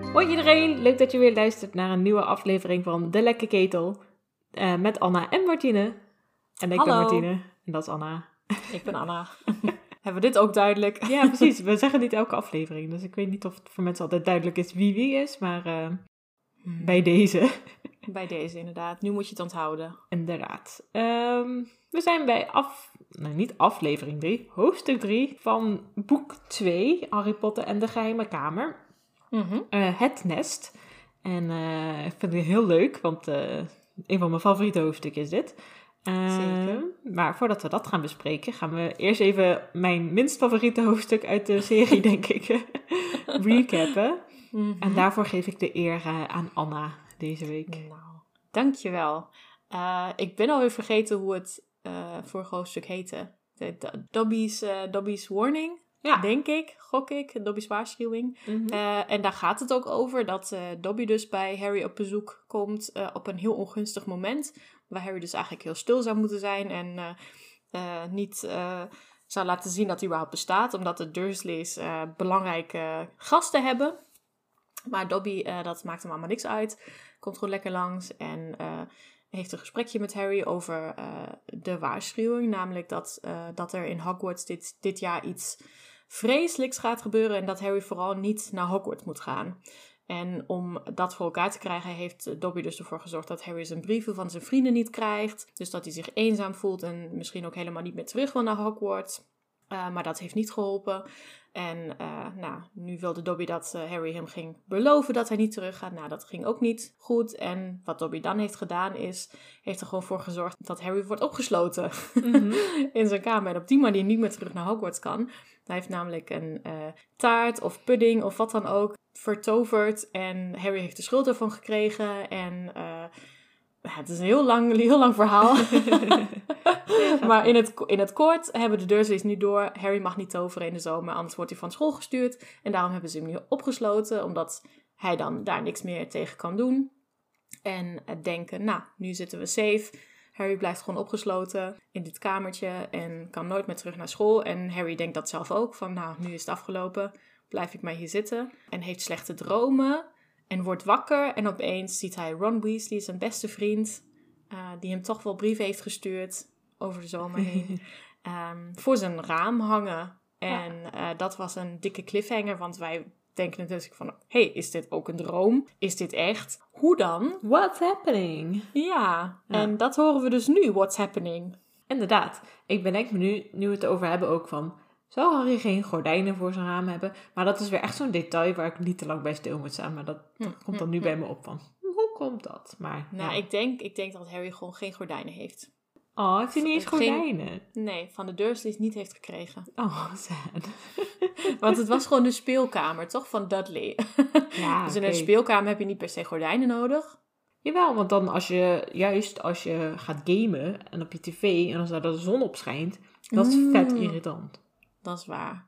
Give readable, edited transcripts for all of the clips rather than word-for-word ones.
Hoi iedereen, leuk dat je weer luistert naar een nieuwe aflevering van De Lekke Ketel. Met Anna en Martine. En ik ben Martine en dat is Anna. Ik ben Anna. Hebben we dit ook duidelijk? Ja, precies. We zeggen niet elke aflevering. Dus ik weet niet of het voor mensen altijd duidelijk is wie is. Maar bij deze. Bij deze inderdaad. Nu moet je het onthouden. Inderdaad. We zijn bij niet aflevering 3. Hoofdstuk 3 van boek 2. Harry Potter en de Geheime Kamer. Mm-hmm. Het Nest. En ik vind het heel leuk. Want een van mijn favoriete hoofdstukken is dit. Zeker. Maar voordat we dat gaan bespreken, gaan we eerst even mijn minst favoriete hoofdstuk uit de serie, denk ik, recappen. Mm-hmm. En daarvoor geef ik de eer aan Anna deze week. Nou, dankjewel. Ik ben alweer vergeten hoe het vorige hoofdstuk heette. Dobby's Warning, denk ik, gok ik. Dobby's waarschuwing. Mm-hmm. En daar gaat het ook over dat Dobby dus bij Harry op bezoek komt op een heel ongunstig moment. Waar Harry dus eigenlijk heel stil zou moeten zijn en niet zou laten zien dat hij überhaupt bestaat. Omdat de Dursleys belangrijke gasten hebben. Maar Dobby, dat maakt hem allemaal niks uit. Komt gewoon lekker langs en heeft een gesprekje met Harry over de waarschuwing. Namelijk dat er in Hogwarts dit jaar iets vreselijks gaat gebeuren. En dat Harry vooral niet naar Hogwarts moet gaan. En om dat voor elkaar te krijgen heeft Dobby dus ervoor gezorgd dat Harry zijn brieven van zijn vrienden niet krijgt. Dus dat hij zich eenzaam voelt en misschien ook helemaal niet meer terug wil naar Hogwarts. Maar dat heeft niet geholpen. En nu wilde Dobby dat Harry hem ging beloven dat hij niet terug gaat. Nou, dat ging ook niet goed. En wat Dobby dan heeft gedaan heeft er gewoon voor gezorgd dat Harry wordt opgesloten Mm-hmm. in zijn kamer. En op die manier niet meer terug naar Hogwarts kan. Hij heeft namelijk een taart of pudding of wat dan ook vertoverd. En Harry heeft de schuld ervan gekregen. En het is een heel lang verhaal. Maar in het kort hebben de Dursleys nu door. Harry mag niet toveren in de zomer, anders wordt hij van school gestuurd. En daarom hebben ze hem nu opgesloten, omdat hij dan daar niks meer tegen kan doen. En denken, nu zitten we safe. Harry blijft gewoon opgesloten in dit kamertje en kan nooit meer terug naar school. En Harry denkt dat zelf ook, van nu is het afgelopen, blijf ik maar hier zitten. En heeft slechte dromen en wordt wakker. En opeens ziet hij Ron Weasley, zijn beste vriend, die hem toch wel brieven heeft gestuurd over de zomer heen, voor zijn raam hangen. En dat was een dikke cliffhanger, want wij denken natuurlijk van, is dit ook een droom? Is dit echt? Hoe dan? What's happening? Ja, en dat horen we dus nu, what's happening. Inderdaad. Ik bedenk me nu we het over hebben ook van, zou Harry geen gordijnen voor zijn raam hebben? Maar dat is weer echt zo'n detail waar ik niet te lang bij stil moet staan. Maar dat komt dan nu bij me op van, hoe komt dat? Maar, ik denk dat Harry gewoon geen gordijnen heeft. Oh, heeft hij niet eens gordijnen? Nee, van de Dursleys niet heeft gekregen. Oh, sad. Want het was gewoon de speelkamer, toch? Van Dudley. Ja, dus in een speelkamer heb je niet per se gordijnen nodig. Jawel, want dan als je gaat gamen en op je tv en als daar de zon op schijnt, dat is vet irritant. Dat is waar.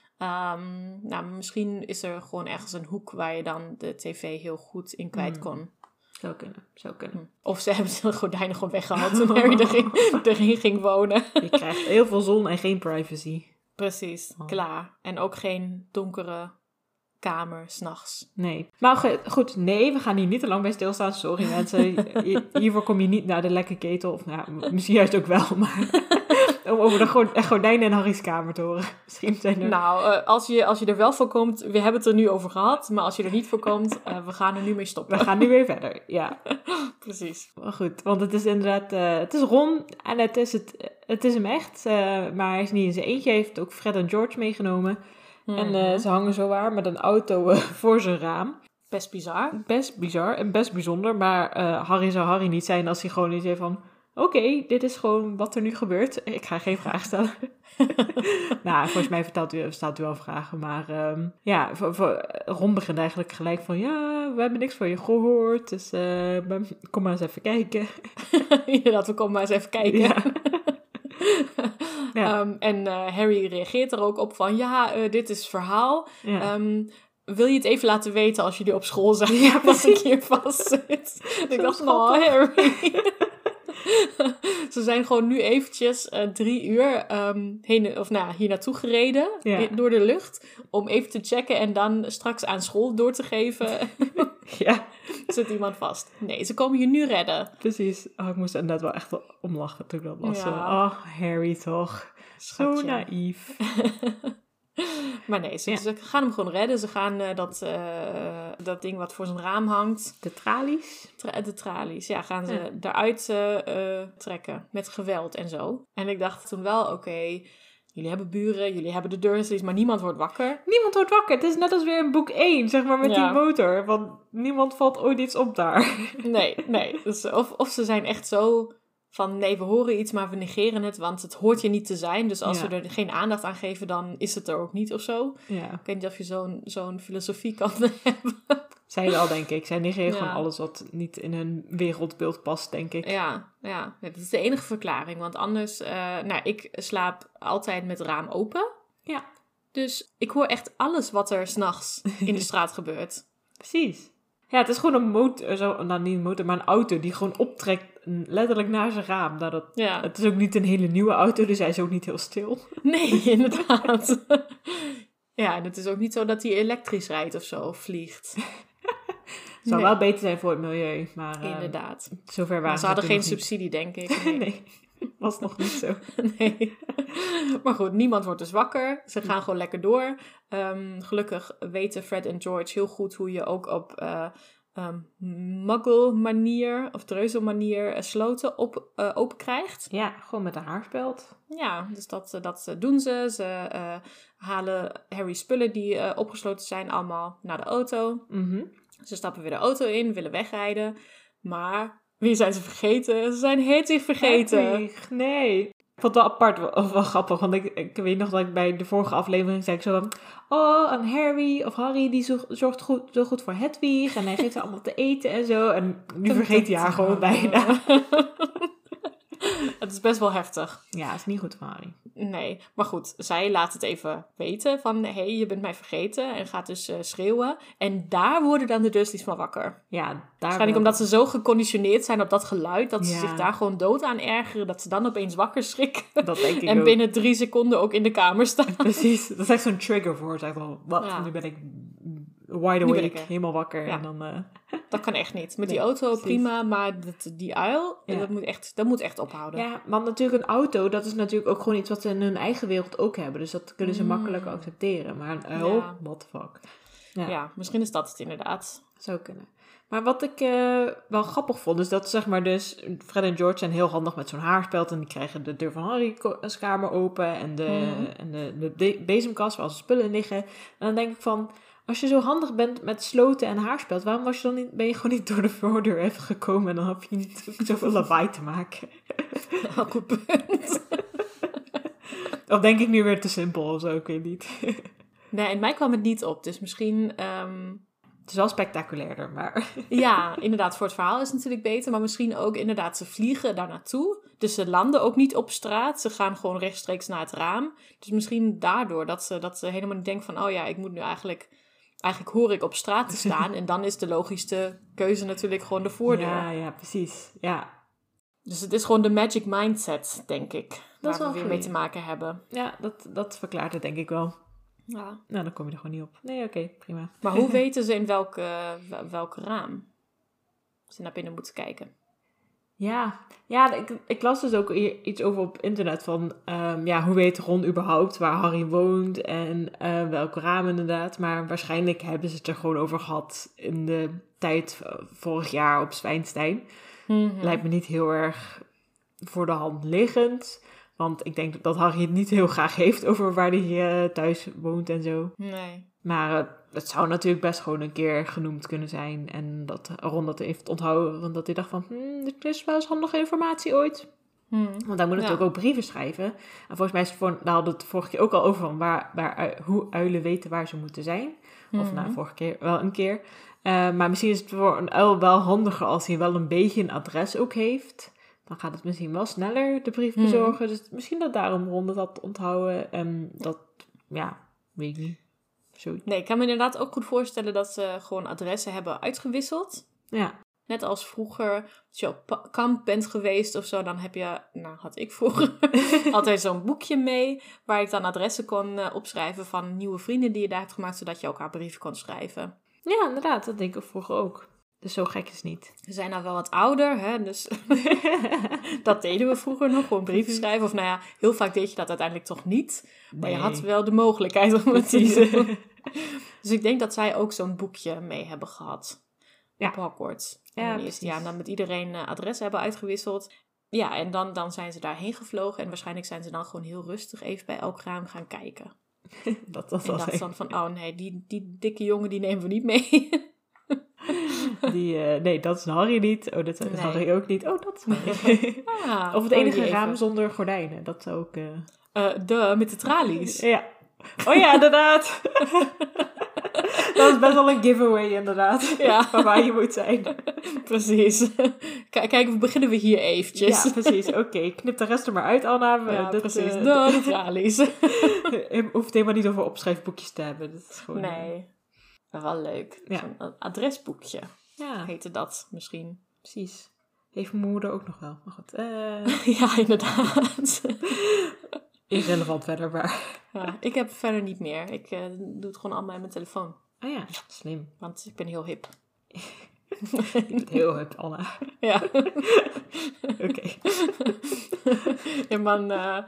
Misschien is er gewoon ergens een hoek waar je dan de tv heel goed in kwijt kon. Zou kunnen. Of ze hebben de gordijnen gewoon weggehaald toen Harry erin ging wonen. Je krijgt heel veel zon en geen privacy. Precies, klaar. En ook geen donkere kamer 's nachts. Nee. Maar goed, we gaan hier niet te lang bij stilstaan. Sorry mensen. Hiervoor kom je niet naar de lekke ketel. Of misschien juist ook wel, maar om over de gordijnen in Harry's kamer te horen. Misschien zijn er... als je er wel voor komt, we hebben het er nu over gehad. Maar als je er niet voor komt, we gaan er nu mee stoppen. We gaan nu weer verder, ja. Precies. Maar goed, want het is inderdaad, het is Ron en het is hem echt. Maar hij is niet in zijn eentje. Hij heeft ook Fred en George meegenomen. En ze hangen zowaar met een auto voor zijn raam. Best bizar. Best bizar en best bijzonder. Maar Harry zou Harry niet zijn als hij gewoon niet zei van... Oké, dit is gewoon wat er nu gebeurt. Ik ga geen vraag stellen. Volgens mij stelt u wel vragen. Maar Ron begint eigenlijk gelijk van... Ja, we hebben niks van je gehoord. Dus kom maar eens even kijken. Inderdaad, we komen maar eens even kijken. Ja. Ja. En Harry reageert er ook op van... dit is het verhaal. Ja. Wil je het even laten weten als jullie op school zijn? Ja, dat ik hier vast zit. Ik dacht, Harry... Ze zijn gewoon nu eventjes 3 uur hier naartoe gereden door de lucht. Om even te checken en dan straks aan school door te geven. Ja. Zit iemand vast. Nee, ze komen je nu redden. Precies. Oh, ik moest inderdaad wel echt om lachen toen ik dat las. Ja. Harry toch. Schatje. Zo naïef. Maar nee, ze gaan hem gewoon redden. Ze gaan dat ding wat voor zijn raam hangt. De tralies? De tralies, ja, gaan ze eruit trekken. Met geweld en zo. En ik dacht toen wel, oké, jullie hebben buren, jullie hebben de Dursleys, maar niemand wordt wakker. Niemand wordt wakker. Het is net als weer in boek 1, zeg maar, met die motor. Want niemand valt ooit iets op daar. Nee. Dus of ze zijn echt zo van, nee, we horen iets, maar we negeren het, want het hoort je niet te zijn. Dus als we er geen aandacht aan geven, dan is het er ook niet of zo. Ja. Ik weet niet of je zo'n filosofie kan hebben. Zij wel, denk ik. Zij negeren gewoon alles wat niet in hun wereldbeeld past, denk ik. Ja, dat is de enige verklaring. Want anders, ik slaap altijd met het raam open. Ja. Dus ik hoor echt alles wat er 's nachts in de straat gebeurt. Precies. Ja, het is gewoon een motor, niet een motor, maar een auto die gewoon optrekt letterlijk naar zijn raam. Het is ook niet een hele nieuwe auto, dus hij is ook niet heel stil. Nee, inderdaad. Ja, en het is ook niet zo dat hij elektrisch rijdt of zo, of vliegt. Het zou wel beter zijn voor het milieu, maar inderdaad. Zover waren ze hadden geen subsidie, denk ik. Nee, was nog niet zo. Nee. Maar goed, niemand wordt dus wakker. Ze gaan gewoon lekker door. Gelukkig weten Fred en George heel goed hoe je ook op muggle-manier of dreuzel-manier sloten open krijgt. Ja, gewoon met een haarspeld. Ja, dus dat doen ze. Ze halen Harry's spullen die opgesloten zijn allemaal naar de auto. Mm-hmm. Ze stappen weer de auto in, willen wegrijden. Maar wie zijn ze vergeten? Ze zijn Hedwig vergeten. Hedwig, nee. Ik vond het wel apart, of wel grappig. Want ik weet nog dat ik bij de vorige aflevering zei ik zo van... Oh, en Harry die zorgt zo goed voor Hedwig. En hij geeft haar allemaal te eten en zo. En nu vergeet hij haar gewoon bijna. Het is best wel heftig. Ja, het is niet goed voor Harry. Nee, maar goed, zij laat het even weten van... Hey, je bent mij vergeten. En gaat dus schreeuwen. En daar worden dan de Dursleys van wakker. Ja, waarschijnlijk omdat ze zo geconditioneerd zijn op dat geluid... dat ze zich daar gewoon dood aan ergeren... dat ze dan opeens wakker schrikken. Dat denk ik en ook. binnen 3 seconden ook in de kamer staan. Precies, dat is echt zo'n trigger voor. Zeg wel, wat? Nu ben ik wide awake, helemaal wakker. Ja. En dan, dat kan echt niet. Met die auto precies. Prima, maar die uil, dat moet echt ophouden. Ja, want natuurlijk een auto, dat is natuurlijk ook gewoon iets wat ze in hun eigen wereld ook hebben. Dus dat kunnen ze makkelijk accepteren. Maar een uil, what the fuck. Ja, misschien is dat het inderdaad. Zou kunnen. Maar wat ik wel grappig vond, is dat zeg maar dus Fred en George zijn heel handig met zo'n haarspeld. En die krijgen de deur van Harry's kamer open en de bezemkast waar al zijn spullen in liggen. En dan denk ik van, als je zo handig bent met sloten en haarspeld, waarom ben je gewoon niet door de voordeur even gekomen en dan heb je niet zoveel lawaai te maken? Goed punt. Of denk ik nu weer te simpel of zo, ik weet niet. Nee, en mij kwam het niet op, dus misschien... Het is wel spectaculairder, maar... Ja, inderdaad, voor het verhaal is het natuurlijk beter. Maar misschien ook inderdaad, ze vliegen daar naartoe. Dus ze landen ook niet op straat. Ze gaan gewoon rechtstreeks naar het raam. Dus misschien daardoor dat ze helemaal niet denken van... Oh ja, ik moet nu eigenlijk hoor ik op straat te staan. En dan is de logischste keuze natuurlijk gewoon de voordeur. Ja, precies. Ja. Dus het is gewoon de magic mindset, denk ik. Dat waar we weer mee te maken hebben. Ja, dat verklaart het denk ik wel. Ja. Nou, dan kom je er gewoon niet op. Nee, oké, prima. Maar hoe weten ze in welk raam ze naar binnen moeten kijken? Ja, ik las dus ook iets over op internet van... hoe weet Ron überhaupt waar Harry woont en welk raam inderdaad. Maar waarschijnlijk hebben ze het er gewoon over gehad in de tijd vorig jaar op Zwijnstein. Mm-hmm. Lijkt me niet heel erg voor de hand liggend... Want ik denk dat Harry het niet heel graag heeft over waar hij thuis woont en zo. Nee. Maar het zou natuurlijk best gewoon een keer genoemd kunnen zijn. En dat Ron dat heeft onthouden. Want dat hij dacht van, dit is wel eens handige informatie ooit. Want hij moet natuurlijk ook brieven schrijven. En volgens mij daar hadden we het vorige keer ook al over van hoe uilen weten waar ze moeten zijn. Of vorige keer wel een keer. Maar misschien is het voor een uil wel handiger als hij wel een beetje een adres ook heeft. Dan gaat het misschien wel sneller de brief bezorgen. Dus misschien dat daarom Ron dat had onthouden. En dat, weet ik niet. Zoiets. Nee, ik kan me inderdaad ook goed voorstellen dat ze gewoon adressen hebben uitgewisseld. Ja. Net als vroeger, als je op kamp bent geweest of zo, dan heb je, had ik vroeger altijd zo'n boekje mee, waar ik dan adressen kon opschrijven van nieuwe vrienden die je daar hebt gemaakt, zodat je elkaar brieven kon schrijven. Ja, inderdaad, dat denk ik vroeger ook. Dus zo gek is niet. We zijn nou wel wat ouder, hè, dus dat deden we vroeger nog, gewoon brieven schrijven. Of heel vaak deed je dat uiteindelijk toch niet. Maar je had wel de mogelijkheid om het te doen. Dus ik denk dat zij ook zo'n boekje mee hebben gehad. Ja. Op Hogwarts. In het eerste jaar. En dan met iedereen adressen hebben uitgewisseld. Ja, en dan zijn ze daarheen gevlogen. En waarschijnlijk zijn ze dan gewoon heel rustig even bij elk raam gaan kijken. dat en dacht dan van, oh nee, die dikke jongen die nemen we niet mee. Nee, dat is Harry niet. Oh, dat is Harry ook niet. Oh, dat is Harry. Of het enige raam zonder gordijnen. Dat zou ook... met de tralies. Ja. Oh ja, inderdaad. Dat is best wel een giveaway, inderdaad. Ja. Van waar je moet zijn. Precies. Kijk, we beginnen we hier eventjes. Ja, precies. Oké, knip de rest er maar uit, Anna. Ja, precies. De tralies. Je hoeft helemaal niet over opschrijfboekjes te hebben. Dat is gewoon... Nee. Wel leuk. Ja. Zo'n adresboekje. Ja. Heette dat misschien. Precies. Heeft mijn moeder ook nog wel. Maar goed. Ja, inderdaad. Irrelevant verder, maar... Ja, ik heb verder niet meer. Ik doe het gewoon allemaal in mijn telefoon. Oh ja, slim. Want ik ben heel hip. Je bent heel hip, Anna. Ja. Oké. En man...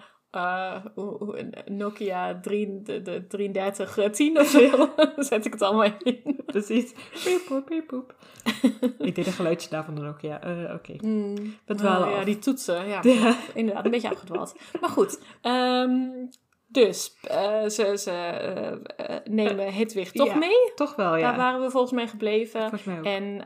Nokia 3310 of zo. Zet ik het allemaal in. Precies. Piep. Ik deed een geluidje daar van de Nokia. Oké. Ja, die toetsen. Ja, inderdaad. Een beetje afgedwaald. Maar goed. Dus ze nemen Hedwig toch mee. Toch wel, ja. Daar waren we volgens mij gebleven. Volgens mij ook. En...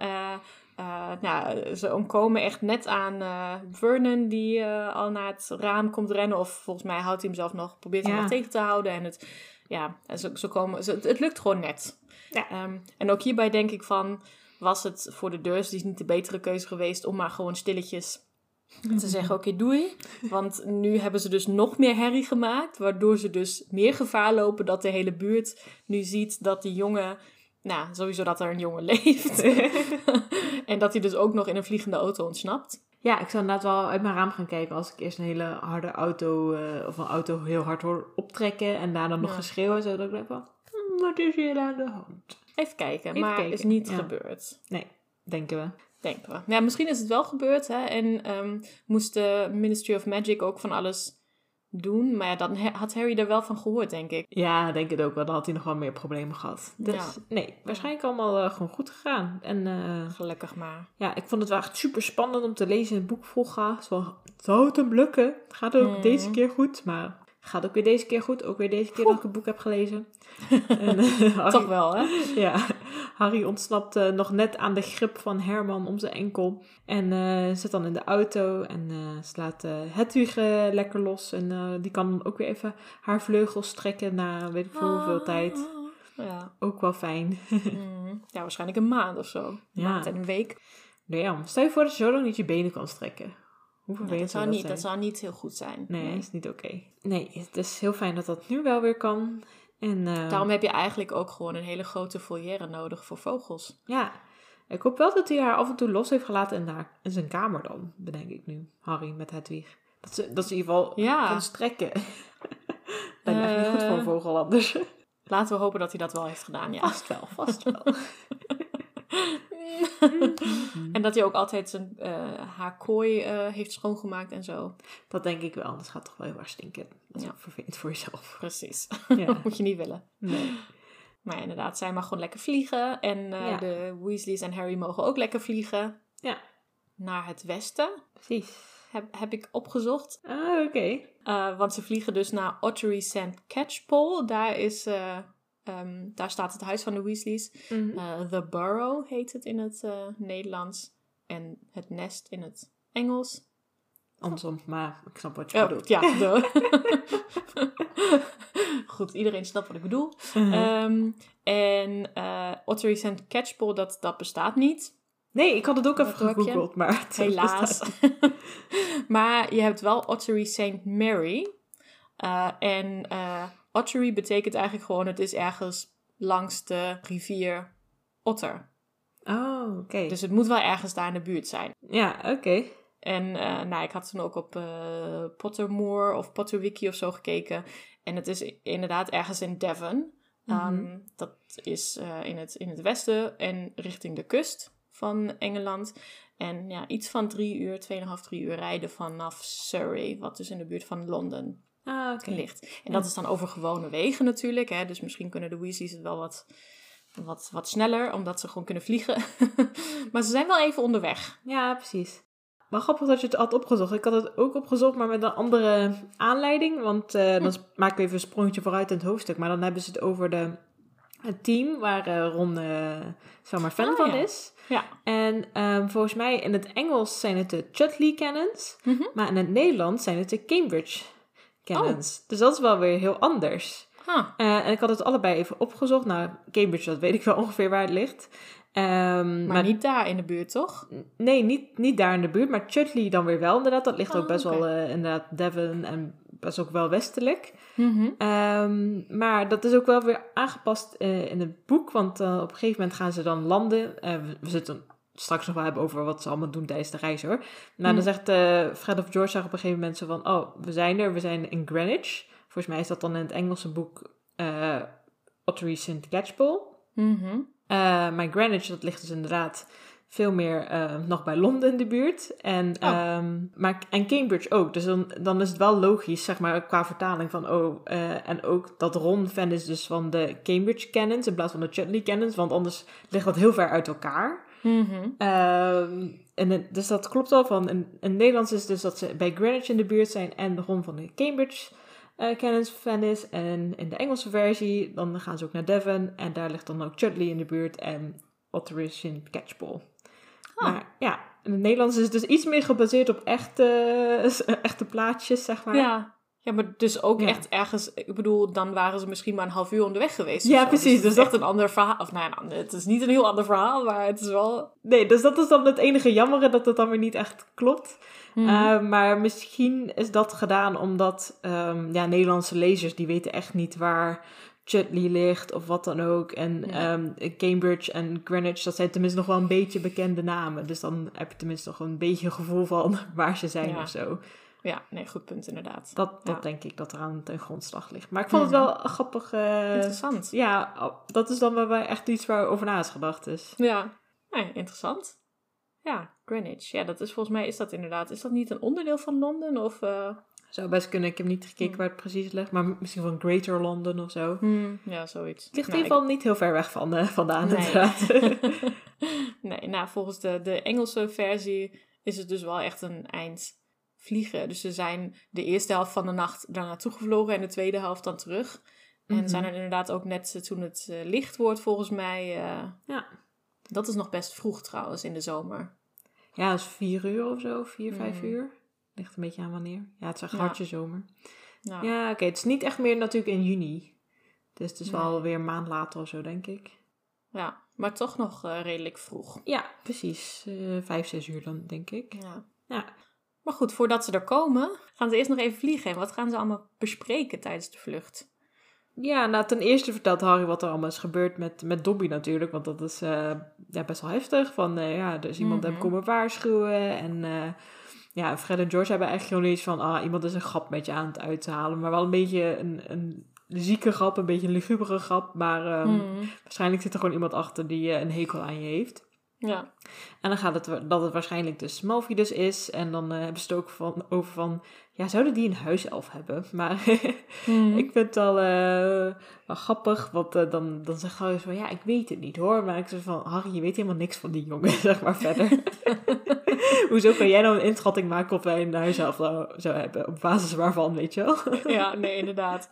ze ontkomen echt net aan Vernon die al naar het raam komt rennen. Of volgens mij houdt hij hem zelf nog, probeert hem nog tegen te houden. En het lukt gewoon net. Ja. En ook hierbij denk ik van, was het voor de Dursleys niet de betere keuze geweest om maar gewoon stilletjes te zeggen, oké, doei. Want nu hebben ze dus nog meer herrie gemaakt, waardoor ze dus meer gevaar lopen dat de hele buurt nu ziet dat die jongen... sowieso dat er een jongen leeft. En dat hij dus ook nog in een vliegende auto ontsnapt. Ja, ik zou inderdaad wel uit mijn raam gaan kijken als ik eerst een hele harde auto... of een auto heel hard hoor optrekken en daarna nog geschreeuw en zo. Dat ik denk van, wat is hier aan de hand? Even kijken, maar is niet gebeurd. Nee, denken we. Ja, misschien is het wel gebeurd. Hè? En moest de Ministry of Magic ook van alles... doen. Maar ja, dan had Harry er wel van gehoord, denk ik. Ja, denk het ook wel. Dan had hij nog wel meer problemen gehad. Dus nee, waarschijnlijk allemaal gewoon goed gegaan. En, gelukkig maar. Ja, ik vond het wel echt super spannend om te lezen in het boek Volga. Zou het hem lukken? Gaat het ook deze keer goed? Maar gaat ook weer deze keer goed. Ook weer deze keer dat ik het boek heb gelezen. En, Harry, toch wel, hè? Ja, Harry ontsnapt nog net aan de grip van Herman om zijn enkel. En zit dan in de auto en slaat Hedwig lekker los. En die kan dan ook weer even haar vleugels strekken na weet ik veel hoeveel tijd. Ja. Ook wel fijn. Ja, waarschijnlijk een maand of zo. Een maand en een week. Nee, stel je voor dat je zo lang niet je benen kan strekken. Dat zou niet heel goed zijn. Nee, is niet oké. Nee, het is heel fijn dat dat nu wel weer kan. En, daarom heb je eigenlijk ook gewoon een hele grote volière nodig voor vogels. Ja, ik hoop wel dat hij haar af en toe los heeft gelaten in zijn kamer dan, bedenk ik nu. Harry met Hedwig. Dat ze in ieder geval kan strekken. Dat lijkt me echt niet goed voor een vogel anders. Laten we hopen dat hij dat wel heeft gedaan, ja. Vast wel. En dat hij ook altijd haar kooi heeft schoongemaakt en zo. Dat denk ik wel, anders gaat het toch wel heel erg stinken. Dat is ook vervelend voor jezelf. Precies. Moet je niet willen. Nee. Maar ja, inderdaad, zij mag gewoon lekker vliegen. En de Weasleys en Harry mogen ook lekker vliegen. Ja. Naar het westen. Precies. Heb ik opgezocht. Oké. Want ze vliegen dus naar Ottery St. Catchpole. Daar staat het huis van de Weasleys. The Burrow heet het in het Nederlands. En het nest in het Engels. Andersom, maar ik snap wat je bedoelt. Ja, goed, iedereen snapt wat ik bedoel. Ottery St. Catchpole, dat bestaat niet. Nee, ik had het ook even gegoogeld, maar helaas. Maar je hebt wel Ottery St. Mary. Ottery betekent eigenlijk gewoon, het is ergens langs de rivier Otter. Oh, oké. Dus het moet wel ergens daar in de buurt zijn. Ja, oké. En ik had toen ook op Pottermore of Potterwiki of zo gekeken. En het is inderdaad ergens in Devon. Dat is in het westen en richting de kust van Engeland. En ja, iets van 2,5 uur rijden vanaf Surrey, wat dus in de buurt van Londen ligt. En dat is dan over gewone wegen natuurlijk. Hè? Dus misschien kunnen de Weasleys het wel wat sneller, omdat ze gewoon kunnen vliegen. Maar ze zijn wel even onderweg. Ja, precies. Maar grappig dat je het had opgezocht. Ik had het ook opgezocht, maar met een andere aanleiding. Want dan maken we even een sprongetje vooruit in het hoofdstuk. Maar dan hebben ze het over het team waar Ron zomaar fan van is. Ja. En volgens mij in het Engels zijn het de Chudley Cannons. Maar in het Nederlands zijn het de Cambridge Cannons. Dus dat is wel weer heel anders. En ik had het allebei even opgezocht. Nou, Cambridge, dat weet ik wel ongeveer waar het ligt. Maar niet daar in de buurt, toch? Nee, niet daar in de buurt. Maar Chudley dan weer wel, inderdaad. Dat ligt ook best wel inderdaad Devon en best ook wel westelijk. Maar dat is ook wel weer aangepast in het boek. Want op een gegeven moment gaan ze dan landen. We zitten straks nog wel hebben over wat ze allemaal doen tijdens de reis, hoor. Nou, dan zegt Fred of George op een gegeven moment zo van... Oh, we zijn in Greenwich. Volgens mij is dat dan in het Engelse boek Ottery St. Catchpole. Maar Greenwich, dat ligt dus inderdaad veel meer nog bij Londen in de buurt. En Cambridge ook. Dus dan is het wel logisch, zeg maar, qua vertaling van... en ook dat Ron fan is dus van de Cambridge Cannons in plaats van de Chudley Cannons. Want anders ligt dat heel ver uit elkaar. Dus dat klopt wel van... In het Nederlands is het dus dat ze bij Greenwich in de buurt zijn... en de Ron van de Cambridge Cannons fan is. En in de Engelse versie, dan gaan ze ook naar Devon. En daar ligt dan ook Chudley in de buurt en Ottery St. Catchpole. Maar ja, in het Nederlands is het dus iets meer gebaseerd op echte plaatjes, zeg maar. Ja, maar dus ook echt ergens... Ik bedoel, dan waren ze misschien maar een half uur onderweg geweest. Ja, precies. Dus dat is echt een ander verhaal. Of het is niet een heel ander verhaal, maar het is wel... Nee, dus dat is dan het enige jammere, dat het dan weer niet echt klopt. Maar misschien is dat gedaan omdat Nederlandse lezers, die weten echt niet waar Chudley ligt of wat dan ook. En Cambridge en Greenwich, dat zijn tenminste nog wel een beetje bekende namen. Dus dan heb je tenminste nog een beetje een gevoel van waar ze zijn of zo. Ja, nee, goed punt inderdaad. Dat denk ik dat eraan ten grondslag ligt. Maar ik vond het wel grappig. Interessant. Ja, dat is dan wel echt iets waarover na is gedacht is. Ja, nee, interessant. Ja, Greenwich. Ja, dat is volgens mij, is dat niet een onderdeel van Londen? Of... Zou best kunnen. Ik heb niet gekeken waar het precies ligt. Maar misschien van Greater London of zo. Ja, zoiets. Het ligt in ieder geval niet heel ver weg vandaan, inderdaad. Nee, volgens de Engelse versie is het dus wel echt een eind vliegen. Dus ze zijn de eerste helft van de nacht daar naartoe gevlogen en de tweede helft dan terug. En zijn er inderdaad ook net toen het licht wordt, volgens mij. Ja. Dat is nog best vroeg trouwens in de zomer. Ja, dat is 4 uur of zo, 5 uur. Ligt een beetje aan wanneer. Ja, het is echt hartje zomer. Ja, oké. Het is niet echt meer natuurlijk in juni. Dus het is wel weer een maand later of zo, denk ik. Ja, maar toch nog redelijk vroeg. Ja, precies. 5, 6 uur dan, denk ik. Ja. Maar goed, voordat ze er komen, gaan ze eerst nog even vliegen. En wat gaan ze allemaal bespreken tijdens de vlucht? Ja, nou ten eerste vertelt Harry wat er allemaal is gebeurd met Dobby natuurlijk. Want dat is best wel heftig. Van er is iemand hem komen waarschuwen. En Fred en George hebben eigenlijk gewoon iets van... iemand is een grap met je aan het uithalen. Maar wel een beetje een zieke grap, een beetje een lugubere grap. Maar waarschijnlijk zit er gewoon iemand achter die een hekel aan je heeft. Ja. En dan gaat het dat het waarschijnlijk dus Malfoy is. En dan hebben ze het ook over van... Ja, zouden die een huiself hebben? Maar ik vind het wel grappig. Want dan zegt Harry van... Ja, ik weet het niet hoor. Maar ik zeg van... Harry, je weet helemaal niks van die jongen. Zeg maar verder. Hoezo kan jij nou een inschatting maken of wij een huiself zou hebben? Op basis waarvan, weet je wel? Ja, nee, inderdaad.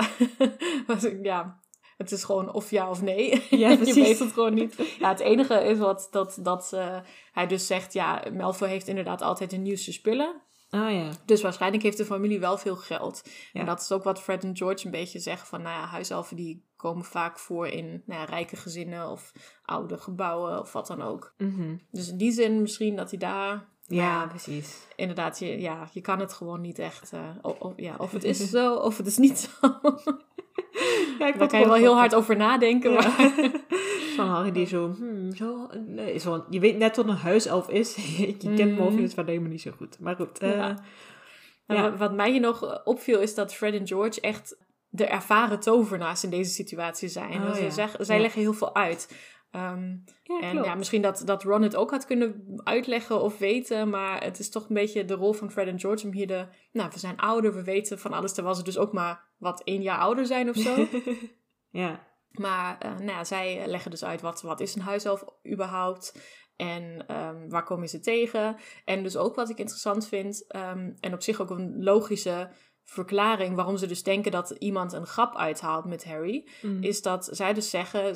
Ja... Het is gewoon of ja of nee. Ja, je weet het gewoon niet. Ja, het enige is dat hij dus zegt... Ja, Malfoy heeft inderdaad altijd de nieuwste spullen. Oh ja. Dus waarschijnlijk heeft de familie wel veel geld. Ja. En dat is ook wat Fred en George een beetje zeggen. Van huiselfen die komen vaak voor in rijke gezinnen... of oude gebouwen of wat dan ook. Dus in die zin misschien dat hij daar... Ja, precies. Inderdaad, je kan het gewoon niet echt... of het is zo, of het is niet zo. Ja, Daar kan je wel heel hard over nadenken. Ja. Maar... Van Harry die je weet net wat een huiself is. Je kent Morpheus van helemaal niet zo goed. Maar goed. Wat mij hier nog opviel is dat Fred en George echt de ervaren tovenaars in deze situatie zijn. Zij leggen heel veel uit. Misschien dat Ron het ook had kunnen uitleggen of weten, maar het is toch een beetje de rol van Fred en George om hier we zijn ouder, we weten van alles, terwijl ze dus ook maar 1 jaar ouder zijn of zo. Ja. Maar zij leggen dus uit wat is een huiself überhaupt en waar kom je ze tegen. En dus ook wat ik interessant vind, en op zich ook een logische verklaring waarom ze dus denken dat iemand een grap uithaalt met Harry, is dat zij dus zeggen,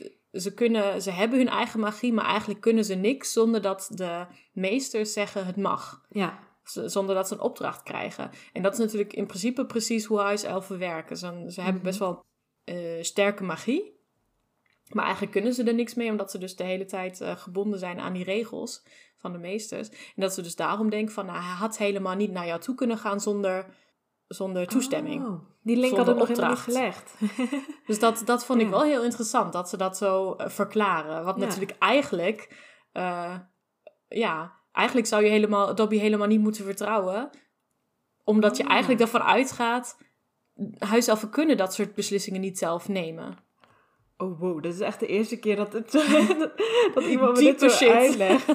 ze hebben hun eigen magie, maar eigenlijk kunnen ze niks zonder dat de meesters zeggen het mag. Ja. Zonder dat ze een opdracht krijgen. En dat is natuurlijk in principe precies hoe huiselfen werken. Ze hebben best wel sterke magie, maar eigenlijk kunnen ze er niks mee, omdat ze dus de hele tijd gebonden zijn aan die regels van de meesters. En dat ze dus daarom denken van, hij had helemaal niet naar jou toe kunnen gaan zonder toestemming. Oh, die link had ik nog helemaal niet gelegd. Dus dat vond ik wel heel interessant, dat ze dat zo verklaren. Wat natuurlijk eigenlijk... eigenlijk zou je Dobby helemaal niet moeten vertrouwen. Omdat je eigenlijk ervan uitgaat... Huiselfen kunnen dat soort beslissingen niet zelf nemen. Oh wow, dat is echt de eerste keer dat iemand me dit zo uitlegt.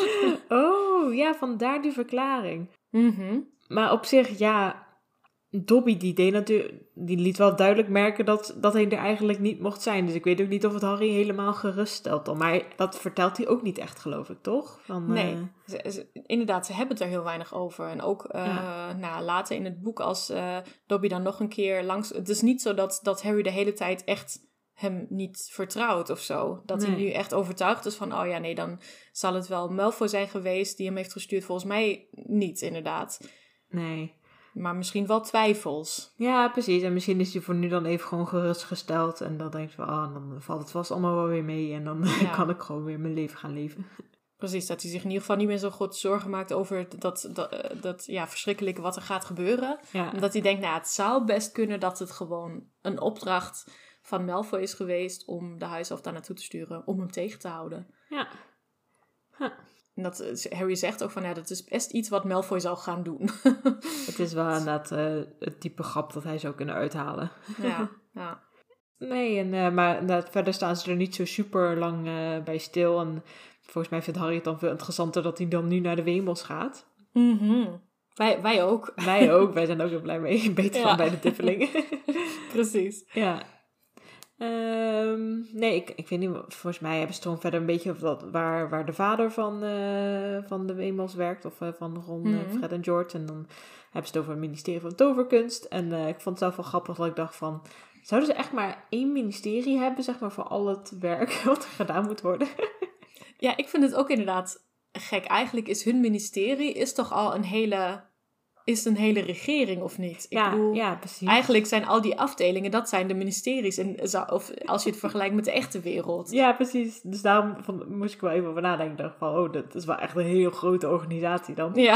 Oh, ja, vandaar die verklaring. Mm-hmm. Maar op zich, Dobby die liet wel duidelijk merken dat hij er eigenlijk niet mocht zijn. Dus ik weet ook niet of het Harry helemaal geruststelt. Maar dat vertelt hij ook niet echt, geloof ik, toch? Nee, inderdaad, ze hebben het er heel weinig over. En ook later in het boek, als Dobby dan nog een keer langs... Het is niet zo dat Harry de hele tijd echt hem niet vertrouwt of zo. Dat hij nu echt overtuigd is van... dan zal het wel Malfoy zijn geweest die hem heeft gestuurd. Volgens mij niet, inderdaad. Nee. Maar misschien wel twijfels. Ja, precies. En misschien is hij voor nu dan even gewoon gerustgesteld. En dan denkt hij dan valt het vast allemaal wel weer mee. En dan kan ik gewoon weer mijn leven gaan leven. Precies, dat hij zich in ieder geval niet meer zo goed zorgen maakt over dat verschrikkelijke wat er gaat gebeuren. Ja. Omdat hij denkt, het zou best kunnen dat het gewoon een opdracht van Malfoy is geweest om de huiself daar naartoe te sturen. Om hem tegen te houden. Ja. En Harry zegt ook van, dat is best iets wat Malfoy zou gaan doen. Het is wel inderdaad het type grap dat hij zou kunnen uithalen. Ja. Nee, maar verder staan ze er niet zo super lang bij stil. En volgens mij vindt Harry het dan veel interessanter dat hij dan nu naar de Wemels gaat. Mm-hmm. Wij ook. Wij ook, wij zijn ook heel blij mee. Beter van bij de Tippelingen. Precies. Ja. Nee, ik weet niet, volgens mij hebben ze toch verder een beetje waar de vader van de Wemels werkt, of van Ron, Fred en George. En dan hebben ze het over het ministerie van Toverkunst. En ik vond het zelf wel grappig dat ik dacht van, zouden ze echt maar 1 ministerie hebben, zeg maar, voor al het werk wat er gedaan moet worden? Ja, ik vind het ook inderdaad gek. Eigenlijk is hun ministerie is toch al een hele regering, of niet? Ik bedoel, precies. Eigenlijk zijn al die afdelingen, dat zijn de ministeries. Of als je het vergelijkt met de echte wereld. Ja, precies. Dus daarom moest ik wel even over nadenken. Ik dacht van, dat is wel echt een heel grote organisatie dan. Ja.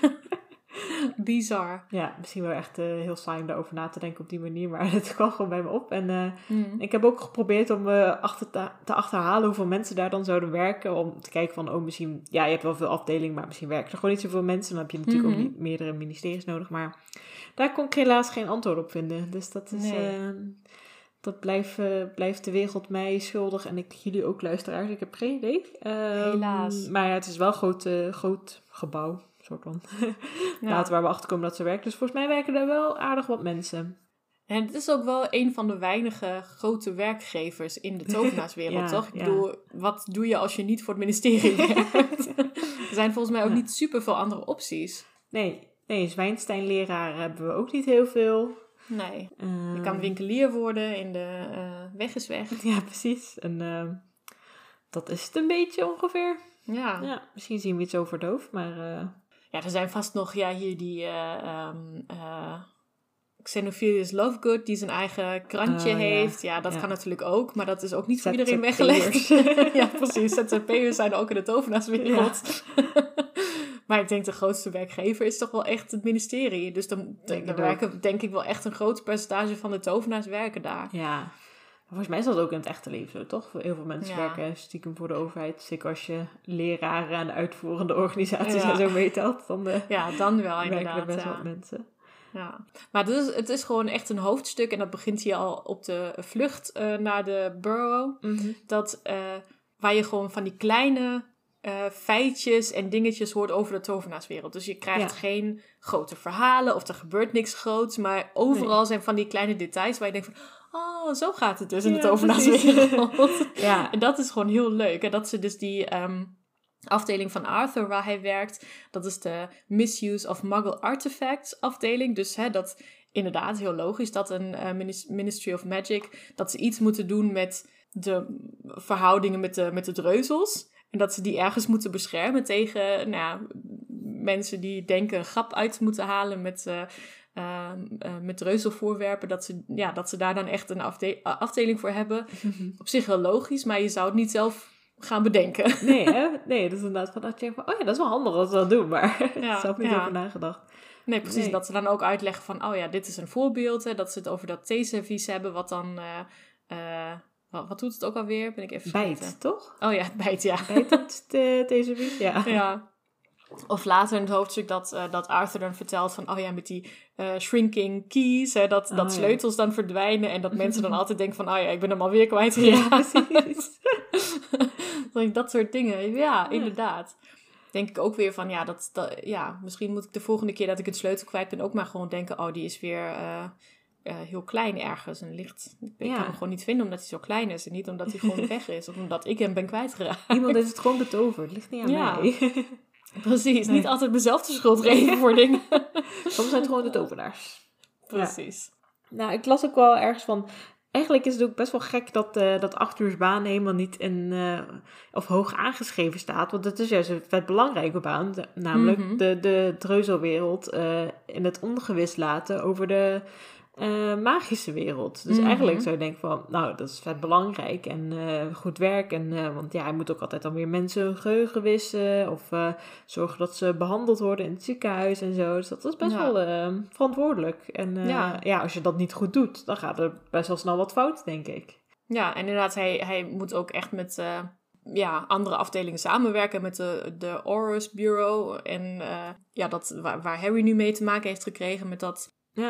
Bizar. Ja, misschien wel echt heel saai om daarover na te denken op die manier. Maar het kwam gewoon bij me op. En ik heb ook geprobeerd om te achterhalen hoeveel mensen daar dan zouden werken. Om te kijken van, misschien... Ja, je hebt wel veel afdelingen, maar misschien werken er gewoon niet zoveel mensen. Dan heb je natuurlijk ook niet meerdere ministeries nodig. Maar daar kon ik helaas geen antwoord op vinden. Dus dat is... Dat blijft de wereld mij schuldig. En jullie ook, luisteraars. Ik heb geen idee. Helaas. Maar het is wel een groot gebouw. Soort van. Later waar we achterkomen dat ze werken. Dus volgens mij werken er wel aardig wat mensen. En het is ook wel een van de weinige grote werkgevers in de tovenaarswereld, toch? Ik bedoel, wat doe je als je niet voor het ministerie werkt? Er zijn volgens mij ook niet super veel andere opties. Nee, Zwijnstein-leraar hebben we ook niet heel veel. Nee, je kan winkelier worden in de weg is weg. Ja, precies. En dat is het een beetje ongeveer. Ja, misschien zien we iets over het hoofd, maar... Ja, er zijn vast nog hier die Xenophilius Lovegood, die zijn eigen krantje heeft. Ja, dat kan natuurlijk ook, maar dat is ook niet voor iedereen weggelegd. Ja, precies. ZZP'ers zijn ook in de tovenaarswereld. Maar ik denk de grootste werkgever is toch wel echt het ministerie. Dus dan werken denk ik wel echt een groot percentage van de tovenaars werken daar. Ja, maar volgens mij is dat ook in het echte leven zo, toch? Heel veel mensen Ja. werken stiekem voor de overheid. Zeker als je leraren en uitvoerende organisaties en zo meetelt. Dan Dan wel werken inderdaad. er best wat mensen. Ja. Maar het is gewoon echt een hoofdstuk. En dat begint hier al op de vlucht naar de Burrow. Waar je gewoon van die kleine feitjes en dingetjes hoort over de tovenaarswereld. Dus je krijgt geen grote verhalen of er gebeurt niks groots. Maar overal zijn van die kleine details waar je denkt van... Oh, zo gaat het dus in de tovenaarswereld. Ja. En dat is gewoon heel leuk. En dat ze dus die afdeling van Arthur waar hij werkt... Dat is de Misuse of Muggle Artifacts afdeling. Dus dat inderdaad heel logisch dat een Ministry of Magic... dat ze iets moeten doen met de verhoudingen met de dreuzels... En dat ze die ergens moeten beschermen tegen mensen die denken een grap uit moeten halen met reuzelvoorwerpen. Dat ze daar dan echt een afdeling voor hebben. Op zich wel logisch, maar je zou het niet zelf gaan bedenken. Nee, hè? Nee, dat is inderdaad van dat je denkt van, oh ja, dat is wel handig als we dat doen. Maar ik heb niet over nagedacht. Nee, precies. Nee. Dat ze dan ook uitleggen van, oh ja, dit is een voorbeeld. Hè, dat ze het over dat theeservies hebben, wat dan... Wat doet het ook alweer? Ben ik even vergeten. Bijt, toch? Oh ja, het bijt, ja. Bijt het theeservies, ja. Ja. Of later in het hoofdstuk dat Arthur dan vertelt van... Oh ja, met die shrinking keys, hè, dat sleutels dan verdwijnen... en dat mensen dan altijd denken van... Oh ja, ik ben hem alweer kwijt. Ja, precies. Dat soort dingen. Ja, inderdaad. Denk ik ook weer van... misschien moet ik de volgende keer dat ik een sleutel kwijt ben... ook maar gewoon denken... Oh, die is weer... heel klein ergens en ligt. Ik kan hem gewoon niet vinden omdat hij zo klein is en niet omdat hij gewoon weg is of omdat ik hem ben kwijtgeraakt. Iemand heeft het gewoon betoverd. Het ligt niet aan mij. Precies. Nee. Niet altijd mezelf de schuld geven voor dingen. Soms zijn het gewoon de tovenaars. Precies. Ja. Nou, ik las ook wel ergens van... Eigenlijk is het ook best wel gek dat 8 uur baan helemaal niet of hoog aangeschreven staat. Want het is juist een vet belangrijke baan. Namelijk de dreuzelwereld in het ongewis laten over de... magische wereld. Dus eigenlijk zou je denken van... Nou, dat is vet belangrijk en goed werk. Want hij moet ook altijd dan weer mensen hun geheugen wissen. Of zorgen dat ze behandeld worden in het ziekenhuis en zo. Dus dat is best wel verantwoordelijk. En als je dat niet goed doet... dan gaat er best wel snel wat fout, denk ik. Ja, en inderdaad, hij moet ook echt met... andere afdelingen samenwerken met de Aurors Bureau. En waar Harry nu mee te maken heeft gekregen met dat...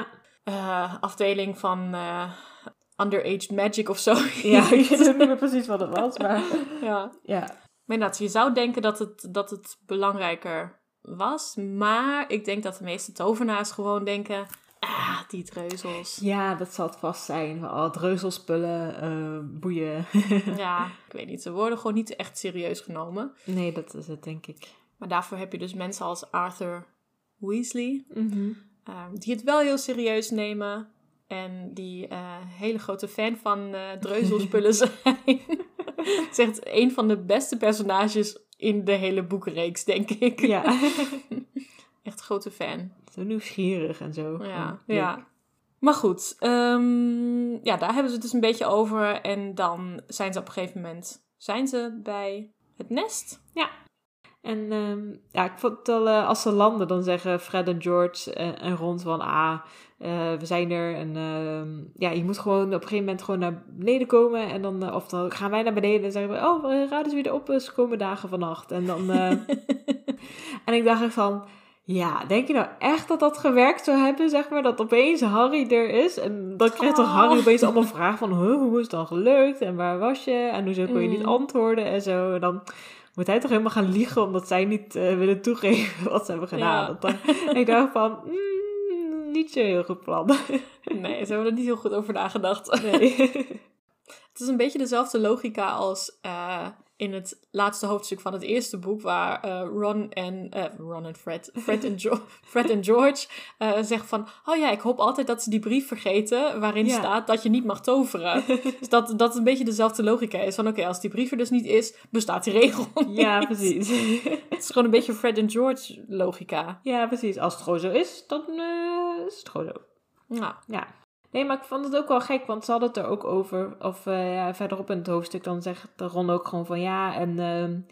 afdeling van underage magic of zo. Ja, ik weet niet meer precies wat het was, maar... ja. Maar inderdaad, je zou denken dat het belangrijker was. Maar ik denk dat de meeste tovenaars gewoon denken... die dreuzels. Ja, dat zal het vast zijn. Dreuzelspullen, boeien. Ja, ik weet niet. Ze worden gewoon niet echt serieus genomen. Nee, dat is het, denk ik. Maar daarvoor heb je dus mensen als Arthur Weasley... die het wel heel serieus nemen. En die hele grote fan van dreuzelspullen zijn. Het is echt een van de beste personages in de hele boekenreeks, denk ik. Ja. Echt grote fan. Zo nieuwsgierig en zo. Ja. Maar goed. Daar hebben ze het dus een beetje over. En dan zijn ze op een gegeven moment... Zijn ze bij het nest? Ja. En ik vond het wel, als ze landen, dan zeggen Fred en George en Ron van, we zijn er. En je moet gewoon op een gegeven moment gewoon naar beneden komen. En dan gaan wij naar beneden en zeggen we, raad eens wie erop is, komen dagen vannacht. En dan, en ik dacht echt van, ja, denk je nou echt dat dat gewerkt zou hebben, zeg maar, dat opeens Harry er is? En dan krijgt toch Harry opeens allemaal vragen van, hoe is het dan gelukt? En waar was je? En hoezo kon je niet antwoorden? En zo, en dan... Moet hij toch helemaal gaan liegen omdat zij niet willen toegeven wat ze hebben gedaan. Ja. Ik dacht van, niet zo heel goed plan. Nee, ze hebben er niet heel goed over nagedacht. Nee. Het is een beetje dezelfde logica als in het laatste hoofdstuk van het eerste boek... waar Ron en Fred en George zeggen van... Oh ja, ik hoop altijd dat ze die brief vergeten... waarin staat dat je niet mag toveren. Dus dat een beetje dezelfde logica is. Van oké, als die brief er dus niet is, bestaat die regel niet. Ja, precies. Het is gewoon een beetje Fred en George logica. Ja, precies. Als het gewoon zo is, dan is het gewoon zo. Ja. Nee, maar ik vond het ook wel gek, want ze hadden het er ook over. Of verderop in het hoofdstuk, dan zegt Ron ook gewoon van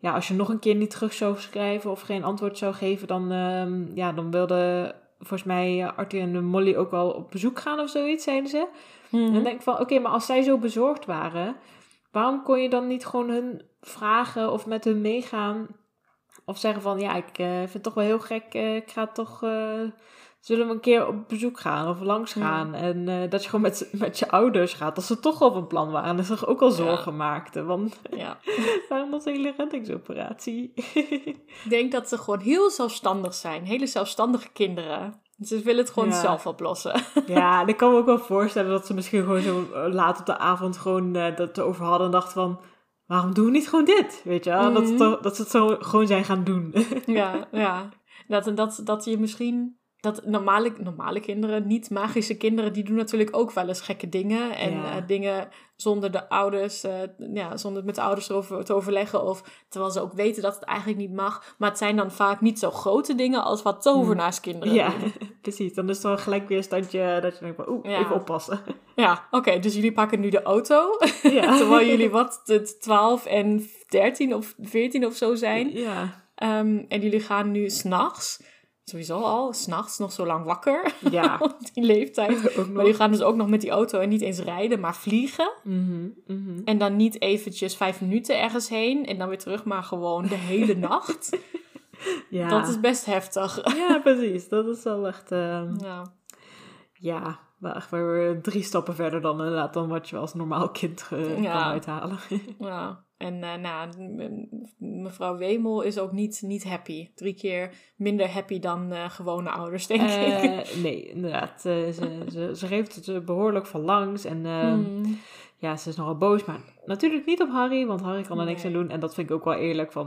als je nog een keer niet terug zou schrijven of geen antwoord zou geven, dan wilde volgens mij Arthur en Molly ook wel op bezoek gaan of zoiets, zeiden ze. En dan denk ik van, oké, maar als zij zo bezorgd waren, waarom kon je dan niet gewoon hun vragen of met hun meegaan? Of zeggen van, ik vind het toch wel heel gek, ik ga toch... zullen we een keer op bezoek gaan of langs gaan? En dat je gewoon met je ouders gaat. Als ze toch al van plan waren en zich ook al zorgen maakten. Want waarom dat hele reddingsoperatie? Ik denk dat ze gewoon heel zelfstandig zijn. Hele zelfstandige kinderen. Ze willen het gewoon zelf oplossen. Ja, en ik kan me ook wel voorstellen dat ze misschien gewoon zo laat op de avond gewoon dat over hadden en dachten van... Waarom doen we niet gewoon dit? Weet je wel? Dat ze het zo gewoon zijn gaan doen. Ja. Dat je misschien... Dat normale kinderen, niet magische kinderen, die doen natuurlijk ook wel eens gekke dingen. En dingen zonder de ouders, zonder het met de ouders erover te overleggen. Of terwijl ze ook weten dat het eigenlijk niet mag. Maar het zijn dan vaak niet zo grote dingen als wat tovenaarskinderen doen. Precies. Dan is het wel gelijk weer een standje dat je denkt van, even oppassen. Ja, oké. Dus jullie pakken nu de auto. Ja. Terwijl jullie 12 en 13 of 14 of zo zijn. Ja. En jullie gaan nu 's nachts... Sowieso al, 's nachts nog zo lang wakker. Ja. Op die leeftijd. Maar die gaan dus ook nog met die auto en niet eens rijden, maar vliegen. En dan niet eventjes 5 minuten ergens heen en dan weer terug, maar gewoon de hele nacht. Ja. Dat is best heftig. Ja, precies. Dat is wel echt... maar weer 3 stappen verder dan wat je als normaal kind kan uithalen. Ja. En mevrouw Wemel is ook niet happy. 3 keer minder happy dan gewone ouders, denk ik. Nee, inderdaad. Ze geeft het behoorlijk van langs. En ze is nogal boos. Maar natuurlijk niet op Harry, want Harry kan er niks aan doen. En dat vind ik ook wel eerlijk. Wat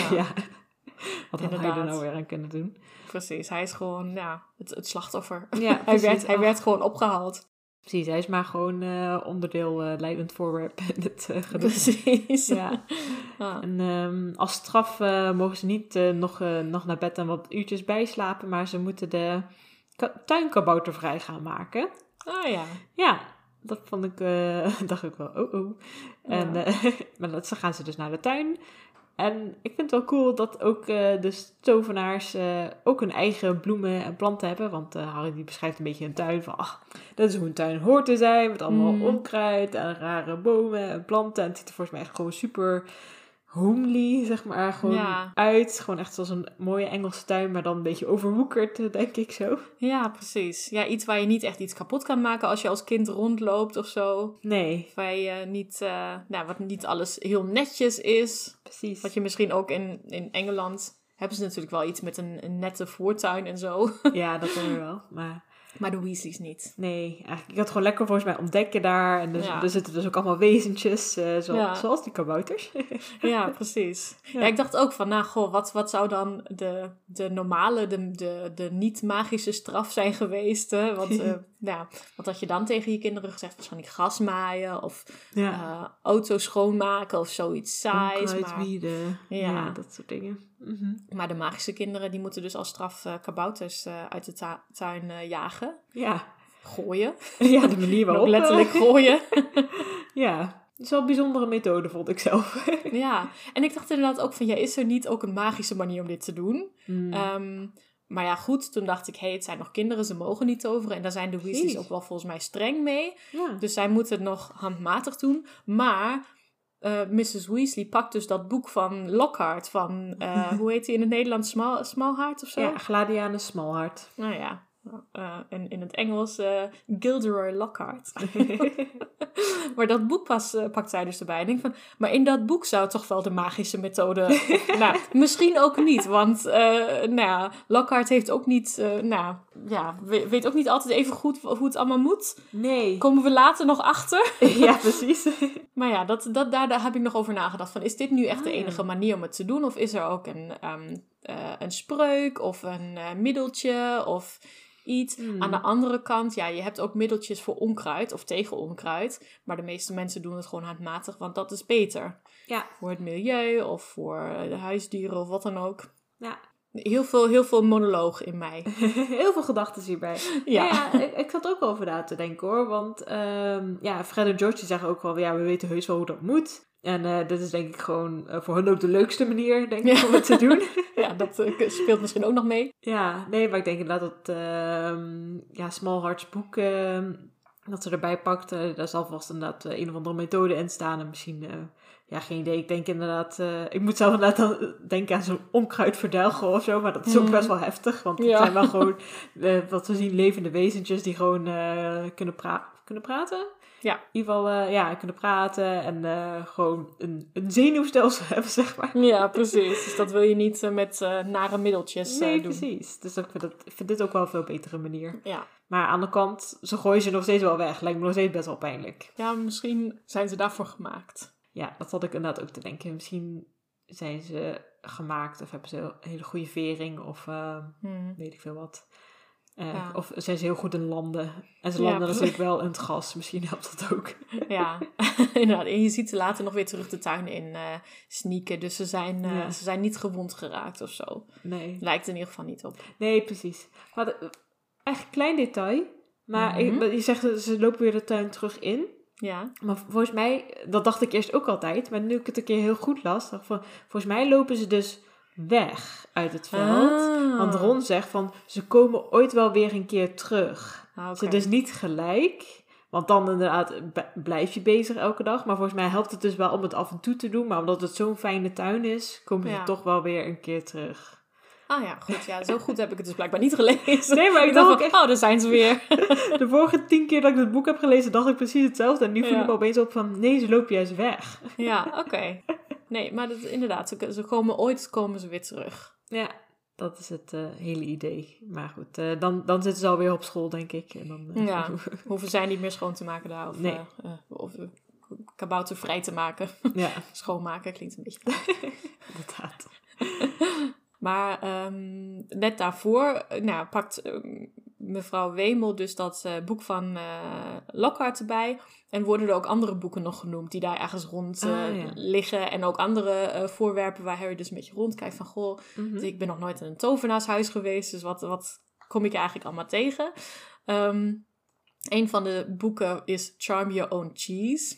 had hij er nou weer aan kunnen doen? Precies, hij is gewoon het slachtoffer. Ja, hij werd gewoon opgehaald. Precies, hij is maar gewoon onderdeel, leidend voorwerp in het gedoe. Precies. Ja. En als straf mogen ze niet nog naar bed en wat uurtjes bijslapen, maar ze moeten de tuinkabouter vrij gaan maken. Oh ja. Ja, dat vond ik, dacht ik wel, En, maar dan gaan ze dus naar de tuin. En ik vind het wel cool dat ook de tovenaars ook hun eigen bloemen en planten hebben. Want Harry die beschrijft een beetje een tuin van... dat is hoe een tuin hoort te zijn. Met allemaal onkruid en rare bomen en planten. En het ziet er volgens mij echt gewoon super homely, zeg maar. Gewoon uit. Gewoon echt zoals een mooie Engelse tuin. Maar dan een beetje overwoekerd, denk ik zo. Ja, precies. Ja, iets waar je niet echt iets kapot kan maken als je als kind rondloopt of zo. Nee. Waar je niet... wat niet alles heel netjes is. Precies. Wat je misschien ook in Engeland... hebben ze natuurlijk wel iets met een nette voortuin en zo. Ja, dat dan weer wel. Maar de Weasleys niet. Nee, eigenlijk. Ik had gewoon lekker volgens mij ontdekken daar. En dus, er zitten dus ook allemaal wezentjes, zoals die kabouters. Ja, precies. Ja, ik dacht ook van, wat zou dan de normale, de niet-magische straf zijn geweest? Hè? Want wat had je dan tegen je kinderen gezegd? Waarschijnlijk gras maaien of auto's schoonmaken of zoiets saais. Wieden, dat soort dingen. Maar de magische kinderen, die moeten dus als straf kabouters uit de tuin jagen. Ja. Gooien. Ja, de manier waarop. Letterlijk gooien. Ja, dat is wel een bijzondere methode, vond ik zelf. Ja, en ik dacht inderdaad ook van, is er niet ook een magische manier om dit te doen? Maar ja, goed, toen dacht ik, het zijn nog kinderen, ze mogen niet toveren. En daar zijn de Weasleys ook wel volgens mij streng mee. Ja. Dus zij moeten het nog handmatig doen. Maar... Mrs. Weasley pakt dus dat boek van Lockhart van, hoe heet hij in het Nederlands, Smallheart of zo? Ja, Gladianus Smallheart. Nou ja, en in het Engels Gilderoy Lockhart. Maar dat boek pakt zij dus erbij. Ik denk van, maar in dat boek zou toch wel de magische methode... misschien ook niet, want Lockhart heeft ook niet... weet ook niet altijd even goed hoe het allemaal moet. Nee. Komen we later nog achter? Ja, precies. Maar ja, daar heb ik nog over nagedacht. Van, is dit nu echt de enige manier om het te doen? Of is er ook een spreuk of een middeltje of iets? Aan de andere kant, je hebt ook middeltjes voor onkruid of tegen onkruid. Maar de meeste mensen doen het gewoon handmatig, want dat is beter. Ja. Voor het milieu of voor de huisdieren of wat dan ook. Ja. Heel veel monoloog in mij. Heel veel gedachten hierbij. Ja, ik zat ook over na te denken hoor. Want Fred en George die zeggen ook wel, we weten heus wel hoe dat moet. En dit is denk ik gewoon voor hun ook de leukste manier, denk ik, om het te doen. Ja, dat speelt misschien ook nog mee. Ja, nee, maar ik denk inderdaad dat Small Hearts boek dat ze erbij pakt, daar zal vast inderdaad een of andere methode in staan. En misschien, geen idee. Ik denk inderdaad, ik moet zelf inderdaad dan denken aan zo'n onkruidverdelger of zo. Maar dat is ook best wel heftig. Want het zijn wel gewoon, wat we zien, levende wezentjes die gewoon kunnen praten. Ja. In ieder geval, kunnen praten en gewoon een zenuwstelsel hebben, zeg maar. Ja, precies. Dus dat wil je niet met nare middeltjes Nee, doen. precies. Dus ik vind dit ook wel een veel betere manier. Ja. Maar aan de kant, ze gooien ze nog steeds wel weg. Lijkt me nog steeds best wel pijnlijk. Ja, misschien zijn ze daarvoor gemaakt. Ja, dat zat ik inderdaad ook te denken. Misschien zijn ze gemaakt of hebben ze een hele goede vering of weet ik veel wat. Of zijn ze heel goed in landen. En ze landen natuurlijk wel in het gas. Misschien helpt dat ook. Ja, inderdaad. En je ziet ze later nog weer terug de tuin in sneaken. Dus ze zijn niet gewond geraakt of zo. Nee. Lijkt in ieder geval niet op. Nee, precies. Maar echt een klein detail. Maar je zegt ze lopen weer de tuin terug in. Ja. Maar volgens mij, dat dacht ik eerst ook altijd. Maar nu ik het een keer heel goed las. Dacht van, volgens mij lopen ze dus weg uit het veld. Want Ron zegt van, ze komen ooit wel weer een keer terug. Okay. Ze dus niet gelijk. Want dan inderdaad blijf je bezig elke dag. Maar volgens mij helpt het dus wel om het af en toe te doen. Maar omdat het zo'n fijne tuin is, komen ze toch wel weer een keer terug. Ah ja, goed. Ja, zo goed heb ik het dus blijkbaar niet gelezen. Nee, maar ik dacht van, daar zijn ze weer. De vorige 10 keer dat ik het boek heb gelezen, dacht ik precies hetzelfde. En nu voel ik me opeens op van, nee, ze lopen juist weg. Ja, oké. Nee, maar inderdaad, ze komen ze weer terug. Ja, dat is het hele idee. Maar goed, dan zitten ze alweer op school, denk ik. En dan, hoeven zij niet meer schoon te maken daar. Of kabouter vrij te maken. Ja. Schoonmaken klinkt een beetje inderdaad. Maar net daarvoor pakt mevrouw Wemel dus dat boek van Lockhart erbij. En worden er ook andere boeken nog genoemd die daar ergens rond liggen. En ook andere voorwerpen waar Harry dus een beetje rondkijkt van... Goh, ik ben nog nooit in een tovenaarshuis geweest, dus wat kom ik eigenlijk allemaal tegen? Een van de boeken is Charm Your Own Cheese.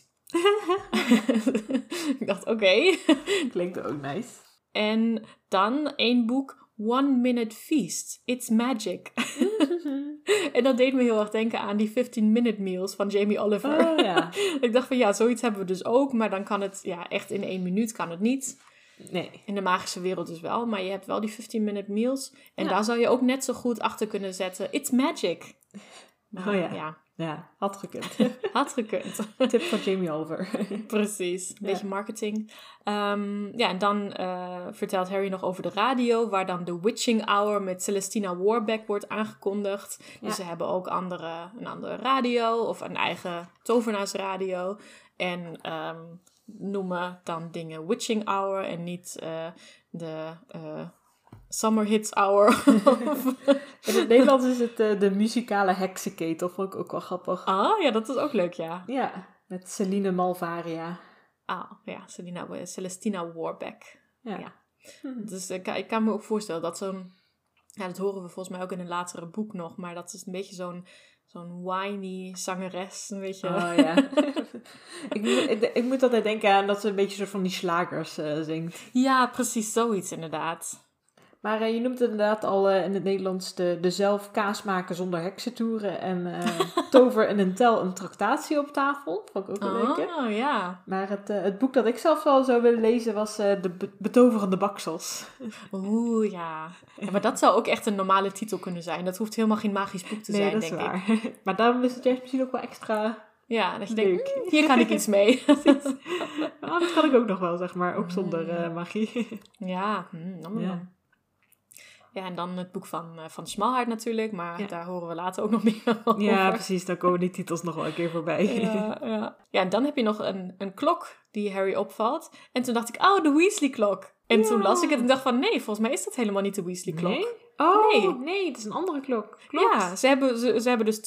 Ik dacht, oké. Klinkt ook nice. En dan één boek, One Minute Feast. It's Magic. En dat deed me heel erg denken aan die 15-minute meals van Jamie Oliver. Oh, ja. Ik dacht van zoiets hebben we dus ook. Maar dan kan het, echt in 1 minuut kan het niet. Nee. In de magische wereld dus wel. Maar je hebt wel die 15-minute meals. En daar zou je ook net zo goed achter kunnen zetten. It's magic. Maar, Ja, had gekund. Had gekund. Tip van Jamie Oliver. Precies. Een beetje marketing. En dan vertelt Harry nog over de radio, waar dan de Witching Hour met Celestina Warbeck wordt aangekondigd. Dus ze hebben ook een andere radio of een eigen tovenaarsradio. En noemen dan dingen Witching Hour en niet de... Summer Hits Hour. In het Nederlands is het de muzikale heksenketel. Vond ik ook wel grappig. Ah, ja, dat is ook leuk, ja. Ja, met Celine Malvaria. Ah, ja, Celestina Warbeck. Ja. Dus ik kan me ook voorstellen dat zo'n... Ja, dat horen we volgens mij ook in een latere boek nog. Maar dat is een beetje zo'n whiny zangeres. Een beetje... Oh ja. ik moet altijd denken aan dat ze een beetje soort van die slagers zingt. Ja, precies. Zoiets inderdaad. Maar je noemt het inderdaad al in het Nederlands de zelf kaas maken zonder heksentoeren. En tover en een tel een tractatie op tafel. Vond ik ook wel leuk. Oh, ja. Maar het boek dat ik zelf wel zou willen lezen was de betoverende baksels. Oeh, ja. Maar dat zou ook echt een normale titel kunnen zijn. Dat hoeft helemaal geen magisch boek te zijn, dat denk is ik. waar. Maar daarom is het juist misschien ook wel extra... Ja, dat je denkt, hier kan ik iets mee. Dat kan ik ook nog wel, zeg maar. Ook zonder magie. Ja, Ja, en dan het boek van Smallheart natuurlijk. Maar daar horen we later ook nog meer over. Ja, precies. Dan komen die titels nog wel een keer voorbij. Ja, en dan heb je nog een klok die Harry opvalt. En toen dacht ik, de Weasley-klok. En toen las ik het en dacht van, nee, volgens mij is dat helemaal niet de Weasley-klok. Nee? Oh, nee, het is een andere klok. Klopt. Ja, ze hebben dus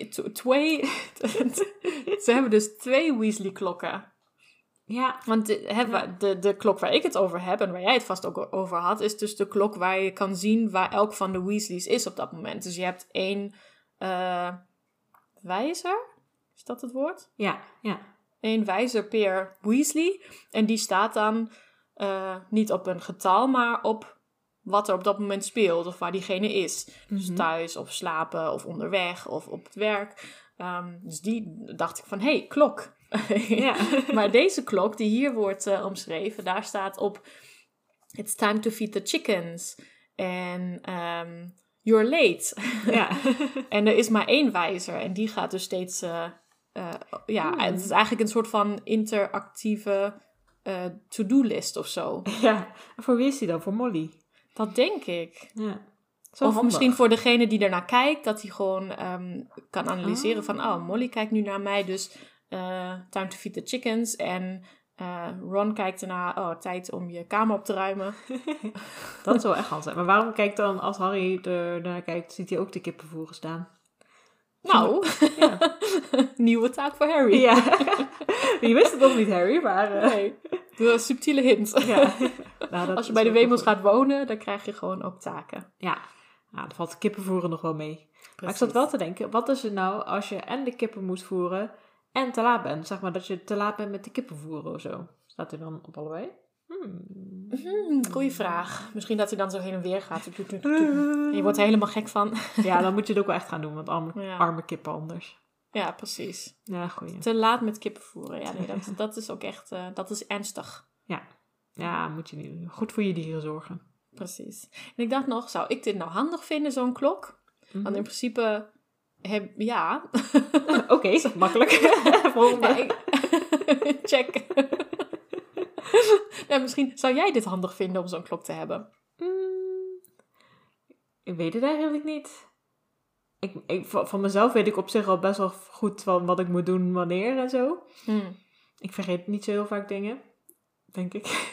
ze hebben dus 2 Weasley-klokken. Ja. Want de klok waar ik het over heb en waar jij het vast ook over had, is dus de klok waar je kan zien waar elk van de Weasleys is op dat moment. Dus je hebt 1 wijzer, is dat het woord? Ja. een wijzer per Weasley. En die staat dan niet op een getal, maar op wat er op dat moment speelt. Of waar diegene is. Dus thuis, of slapen, of onderweg, of op het werk. Dus die dacht ik van, hey, klok. Ja. Maar deze klok die hier wordt omschreven, daar staat op... It's time to feed the chickens. En you're late. Ja. En er is maar 1 wijzer. En die gaat dus steeds... het is eigenlijk een soort van interactieve to-do-list of zo. Ja. En voor wie is die dan? Voor Molly? Dat denk ik. Ja. Of misschien voor degene die ernaar kijkt, dat hij gewoon kan analyseren van... Molly kijkt nu naar mij, dus time to feed the chickens. En Ron kijkt ernaar, tijd om je kamer op te ruimen. Dat zou echt handig zijn. Maar waarom kijkt dan, als Harry er naar kijkt, ziet hij ook de kippenvoeren staan? Nou, nieuwe taak voor Harry. Ja. Je wist het nog niet, Harry, maar... Nee, een subtiele hint. Ja. Nou, Als je bij de Wemels gaat wonen, dan krijg je gewoon ook taken. Ja, nou, dan valt kippenvoeren nog wel mee. Precies. Maar ik zat wel te denken, wat is het nou als je en de kippen moet voeren en te laat bent? Zeg maar dat je te laat bent met de kippen voeren of zo. Staat er dan op allebei? Goeie vraag. Misschien dat hij dan zo heen en weer gaat. En je wordt er helemaal gek van. Ja, dan moet je het ook wel echt gaan doen, want arme kippen anders. Ja, precies. Ja, goeie. Te laat met kippen voeren. Ja, nee, dat is ook echt, dat is ernstig. Ja, moet je niet doen. Goed voor je dieren zorgen. Precies. En ik dacht nog, zou ik dit nou handig vinden, zo'n klok? Want in principe, Oké, makkelijk. Volgende. Check. Misschien zou jij dit handig vinden om zo'n klok te hebben? Ik weet het eigenlijk niet. Van mezelf weet ik op zich al best wel goed van wat ik moet doen wanneer en zo. Ik vergeet niet zo heel vaak dingen. Denk ik.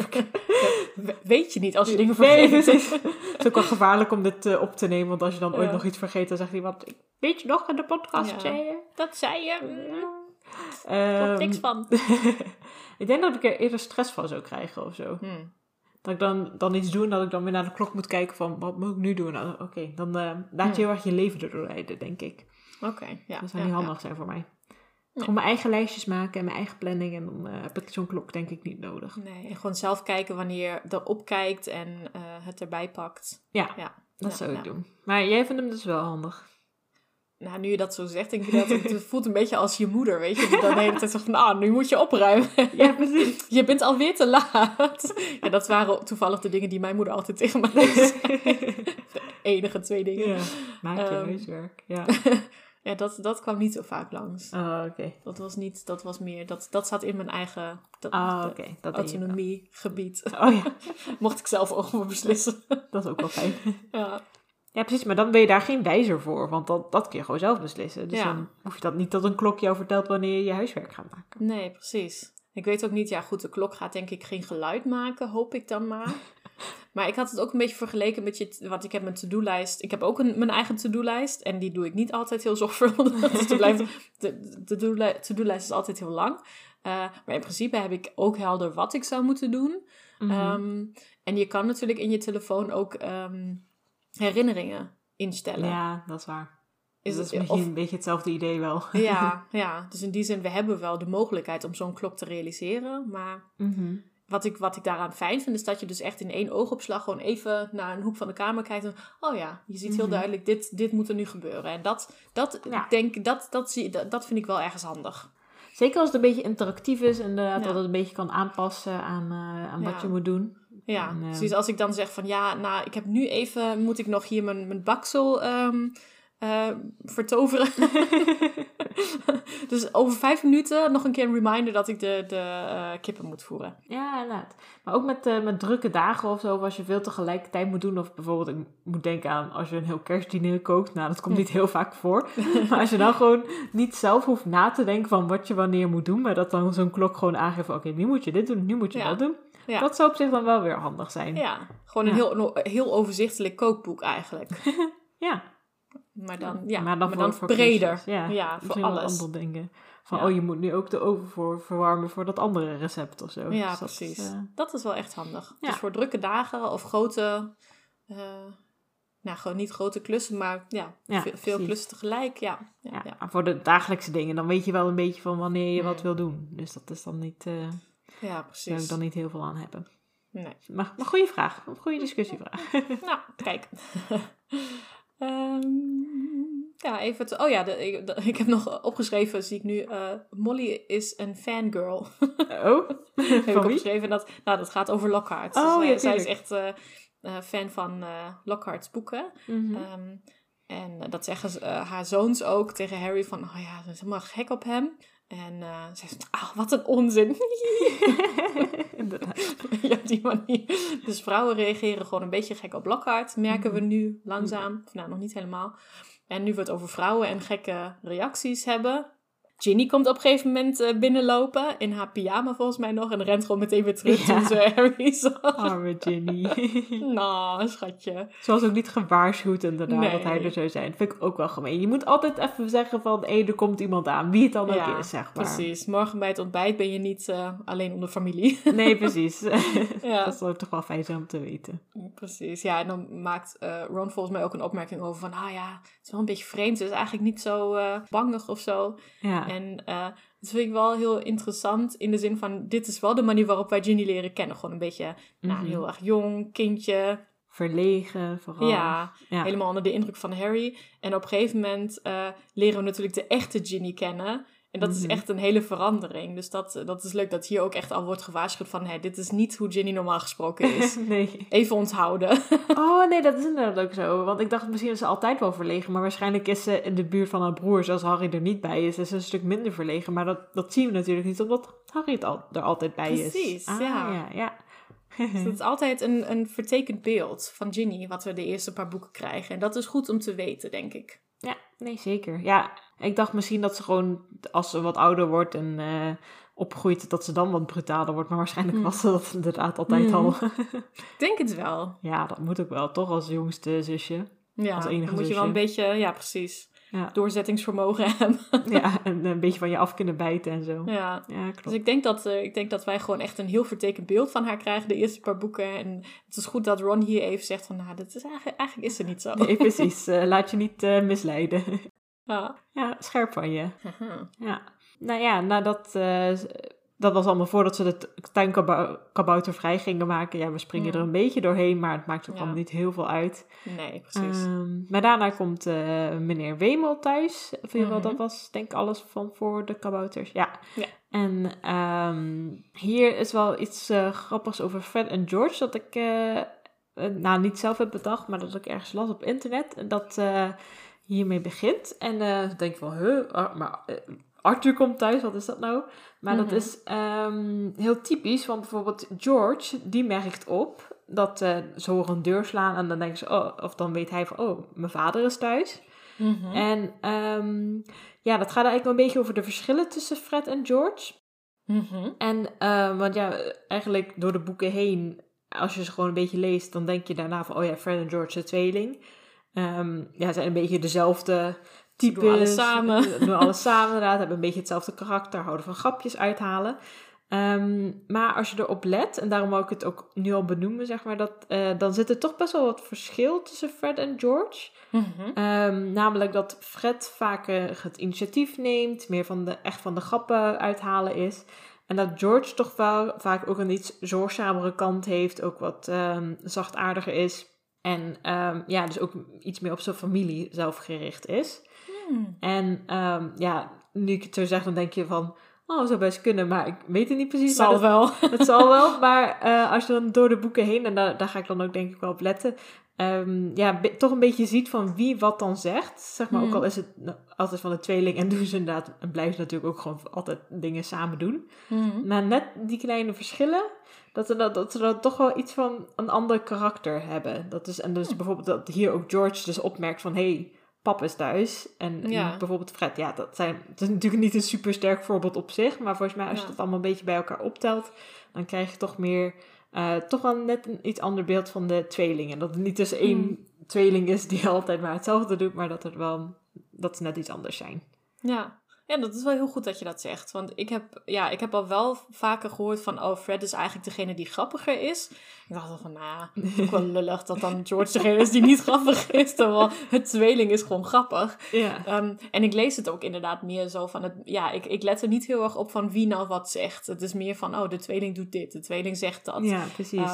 Weet je niet als je dingen vergeet. Nee, het is ook wel gevaarlijk om dit op te nemen. Want als je dan ooit nog iets vergeet, dan zegt iemand... Weet je nog in de podcast, zei je? Dat zei je. Er klopt niks van. Ik denk dat ik er eerder stress van zou krijgen of zo. Dat ik dan iets doe en dat ik dan weer naar de klok moet kijken van... Wat moet ik nu doen? Nou, Oké, dan laat je heel erg je leven erdoor rijden, denk ik. Oké, ja. Dat zou niet handig zijn voor mij. Gewoon mijn eigen lijstjes maken en mijn eigen planning. En dan heb ik zo'n klok denk ik niet nodig. Nee, en gewoon zelf kijken wanneer je erop kijkt en het erbij pakt. Ja, dat zou ik doen. Maar jij vindt hem dus wel handig. Nou, nu je dat zo zegt, denk ik dat het voelt een beetje als je moeder, weet je. Die dan de hele tijd zegt van, nu moet je opruimen. Ja, precies. Je bent alweer te laat. Ja, dat waren toevallig de dingen die mijn moeder altijd tegen mij zei. De enige 2 dingen. Ja, maak je huiswerk. Ja. Ja, dat kwam niet zo vaak langs. Oh, oké. Dat was meer, dat zat in mijn eigen dat autonomiegebied. Oh ja. Mocht ik zelf over beslissen. Dat is ook wel fijn. Ja. Ja, precies. Maar dan ben je daar geen wijzer voor. Want dat kun je gewoon zelf beslissen. Dus dan hoef je dat niet dat een klok jou vertelt wanneer je je huiswerk gaat maken. Nee, precies. Ik weet ook niet, de klok gaat denk ik geen geluid maken, hoop ik dan maar. Maar ik had het ook een beetje vergeleken met want ik heb mijn to-do-lijst. Ik heb ook mijn eigen to-do-lijst. En die doe ik niet altijd heel zorgvuldig. Dus de to-do-lijst is altijd heel lang. Maar in principe heb ik ook helder wat ik zou moeten doen. En je kan natuurlijk in je telefoon ook herinneringen instellen. Ja, dat is waar. Dus dat is misschien een beetje hetzelfde idee wel. Ja, dus in die zin, we hebben wel de mogelijkheid om zo'n klok te realiseren. Maar wat ik daaraan fijn vind, is dat je dus echt in 1 oogopslag gewoon even naar een hoek van de kamer kijkt. En, je ziet heel duidelijk, dit moet er nu gebeuren. En dat vind ik wel ergens handig. Zeker als het een beetje interactief is en dat het een beetje kan aanpassen aan wat je moet doen. Ja, dus als ik dan zeg van ik heb nu even, moet ik nog hier mijn baksel vertoveren. Dus over 5 minuten nog een keer een reminder dat ik de kippen moet voeren. Ja, inderdaad. Maar ook met drukke dagen of zo, of als je veel tegelijkertijd moet doen. Of bijvoorbeeld, ik moet denken aan als je een heel kerstdiner kookt. Nou, dat komt niet heel vaak voor. Maar als je dan gewoon niet zelf hoeft na te denken van wat je wanneer moet doen. Maar dat dan zo'n klok gewoon aangeeft, oké, nu moet je dit doen, nu moet je dat doen. Ja. Dat zou op zich dan wel weer handig zijn. Ja, gewoon een heel overzichtelijk kookboek eigenlijk. Ja. Maar dan voor breder. Ja, voor alles. Andere dingen. Van, je moet nu ook de oven voor verwarmen voor dat andere recept of zo. Ja, dus precies. Dat is wel echt handig. Ja. Dus voor drukke dagen of grote gewoon niet grote klussen, maar veel klussen tegelijk. Ja, voor de dagelijkse dingen, dan weet je wel een beetje van wanneer je wat wil doen. Dus dat is dan niet... ja, precies. Zou ik dan niet heel veel aan hebben. Nee. Maar goede vraag. Een goede discussievraag. Nou, kijk. Even... ik heb nog opgeschreven, zie ik nu. Molly is een fangirl. Oh? Heb ik opgeschreven. Dat gaat over Lockhart. Oh, dus, zij is echt fan van Lockhart's boeken. Mm-hmm. En dat zeggen haar zoons ook tegen Harry van... Oh ja, ze is helemaal gek op hem. En zij zegt, wat een onzin. Inderdaad. Ja, op die manier. Dus vrouwen reageren gewoon een beetje gek op Lockhart. Merken we nu langzaam. Of nog niet helemaal. En nu we het over vrouwen en gekke reacties hebben... Ginny komt op een gegeven moment binnenlopen. In haar pyjama volgens mij nog. En rent gewoon meteen weer terug toen ze Harry zag. Arme Ginny. Nou, schatje. Ze was ook niet gewaarschuwd inderdaad dat hij er zou zijn. Dat vind ik ook wel gemeen. Je moet altijd even zeggen van... er komt iemand aan. Wie het dan ook is, zeg maar. Precies. Morgen bij het ontbijt ben je niet alleen onder familie. Nee, precies. Dat is toch wel fijn om te weten. Precies. Ja, en dan maakt Ron volgens mij ook een opmerking over van... het is wel een beetje vreemd. Het is eigenlijk niet zo bangig of zo. Ja. En dat vind ik wel heel interessant in de zin van... dit is wel de manier waarop wij Ginny leren kennen. Gewoon een beetje heel erg jong, kindje. Verlegen vooral. Ja, helemaal onder de indruk van Harry. En op een gegeven moment leren we natuurlijk de echte Ginny kennen... En dat is echt een hele verandering. Dus dat is leuk dat hier ook echt al wordt gewaarschuwd van... dit is niet hoe Ginny normaal gesproken is. Nee. Even onthouden. Oh nee, dat is inderdaad ook zo. Want ik dacht misschien is ze altijd wel verlegen. Maar waarschijnlijk is ze in de buurt van haar broers. Als Harry er niet bij is, is ze een stuk minder verlegen. Maar dat zien we natuurlijk niet, omdat Harry er altijd bij is. Precies, ja. Dus het is altijd een vertekend beeld van Ginny... wat we de eerste paar boeken krijgen. En dat is goed om te weten, denk ik. Ja, nee, zeker. Ja, ik dacht misschien dat ze gewoon, als ze wat ouder wordt en opgroeit, dat ze dan wat brutaler wordt. Maar waarschijnlijk was ze dat inderdaad altijd al. Ik denk het wel. Ja, dat moet ook wel, toch als jongste zusje. Ja, als enige dan moet je zusje. wel een beetje, ja precies, doorzettingsvermogen hebben. Ja, en een beetje van je af kunnen bijten en zo. Ja, klopt. Dus ik denk dat wij gewoon echt een heel vertekend beeld van haar krijgen, de eerste paar boeken. En het is goed dat Ron hier even zegt van, dat is eigenlijk is ze niet zo. Nee, precies. Laat je niet misleiden. Ja, scherp van je. Ja. Nou ja, dat was allemaal voordat ze de tuinkabouter vrij gingen maken. Ja, we springen er een beetje doorheen, maar het maakt ook allemaal niet heel veel uit. Nee, precies. Maar daarna komt meneer Wemel thuis. Dat was denk ik alles van voor de kabouters. Ja. En hier is wel iets grappigs over Fred en George, dat ik niet zelf heb bedacht, maar dat ik ergens las op internet. En dat hiermee begint. En dan denk ik van, maar Arthur komt thuis, wat is dat nou? Maar dat is heel typisch, want bijvoorbeeld George, die merkt op dat ze horen een deur slaan en dan denken ze, of dan weet hij van, mijn vader is thuis. En dat gaat eigenlijk wel een beetje over de verschillen tussen Fred en George. En, want eigenlijk door de boeken heen, als je ze gewoon een beetje leest, dan denk je daarna van, Fred en George, de tweeling. Zijn een beetje dezelfde types. Doen alles samen. Doen alles samen, inderdaad. Hebben een beetje hetzelfde karakter. Houden van grapjes uithalen. Maar als je erop let, en daarom wou ik het ook nu al benoemen, zeg maar, dan zit er toch best wel wat verschil tussen Fred en George. Namelijk dat Fred vaak het initiatief neemt, meer van de grappen uithalen is. En dat George toch wel vaak ook een iets zorgzamere kant heeft, ook wat zachtaardiger is. En dus ook iets meer op zijn familie zelf gericht is. En nu ik het zo zeg, dan denk je van, zou best kunnen, maar ik weet het niet precies. Het zal wel. Het zal wel, maar als je dan door de boeken heen, en daar ga ik dan ook denk ik wel op letten, toch een beetje ziet van wie wat dan zegt. Zeg maar, ook al is het altijd van de tweeling en doen ze inderdaad, en blijven ze natuurlijk ook gewoon altijd dingen samen doen. Maar net die kleine verschillen, dat ze dan toch wel iets van een ander karakter hebben. En dus bijvoorbeeld dat hier ook George dus opmerkt van, hey, pap is thuis. En bijvoorbeeld Fred, het is natuurlijk niet een super sterk voorbeeld op zich, maar volgens mij als je dat allemaal een beetje bij elkaar optelt, dan krijg je toch meer, toch wel net een iets ander beeld van de tweelingen. Dat het niet dus één tweeling is die altijd maar hetzelfde doet, maar dat ze net iets anders zijn. Ja. Ja, dat is wel heel goed dat je dat zegt. Want ik heb al wel vaker gehoord van... Oh, Fred is eigenlijk degene die grappiger is. Ik dacht al van, ook wel lullig dat dan George degene is die niet grappig is. Terwijl het tweeling is gewoon grappig. Ja. En ik lees het ook inderdaad meer zo van... Ik let er niet heel erg op van wie nou wat zegt. Het is meer van, oh, de tweeling doet dit. De tweeling zegt dat. Ja, precies.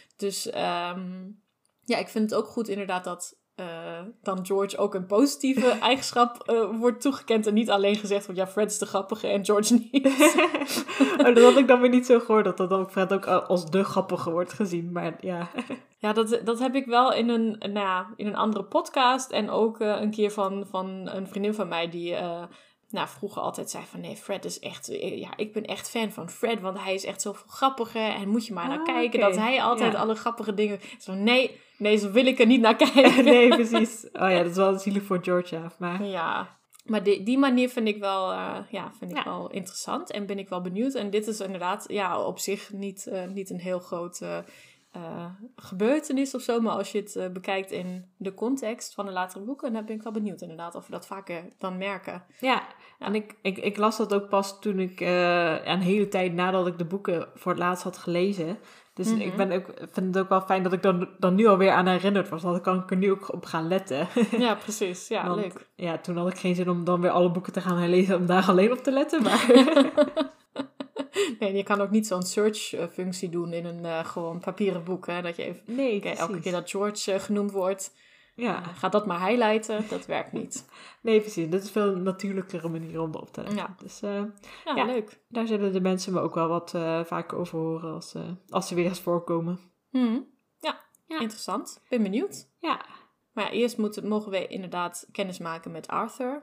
Ik vind het ook goed inderdaad dat... dan George ook een positieve eigenschap wordt toegekend en niet alleen gezegd wordt, ja, Fred is de grappige en George niet. Dat had ik dan weer niet zo gehoord, dat dan Fred ook als de grappige wordt gezien, maar ja. Ja, dat heb ik wel in een andere podcast en ook een keer van een vriendin van mij die... vroeger altijd zei van nee, Fred is echt... ik ben echt fan van Fred, want hij is echt zoveel grappiger. En moet je maar naar kijken, dat hij altijd alle grappige dingen... Zo, nee, zo wil ik er niet naar kijken. Nee, precies. Oh ja, dat is wel zielig voor George, maar... Ja, maar die manier vind ik wel, wel interessant en ben ik wel benieuwd. En dit is inderdaad op zich niet een heel groot... gebeurtenis of zo, maar als je het bekijkt in de context van de latere boeken, dan ben ik wel benieuwd inderdaad of we dat vaker dan merken. Ja. En ik las dat ook pas toen ik een hele tijd nadat ik de boeken voor het laatst had gelezen. Dus ik vind het ook wel fijn dat ik dan nu alweer aan herinnerd was. Dan kan ik er nu ook op gaan letten. Ja, precies. Ja, want, leuk. Ja, toen had ik geen zin om dan weer alle boeken te gaan herlezen om daar alleen op te letten. Maar... Nee, je kan ook niet zo'n search-functie doen in een gewoon papieren boek. Hè? Dat je even elke keer dat George genoemd wordt, ga dat maar highlighten. Dat werkt niet. Nee, precies. Dit is veel een natuurlijkere manier om erop te letten. Ja. Dus, leuk. Daar zullen de mensen me ook wel wat vaker over horen als ze weer eens voorkomen. Ja, interessant. Ben benieuwd. Ja. Maar ja, eerst mogen we inderdaad kennis maken met Arthur.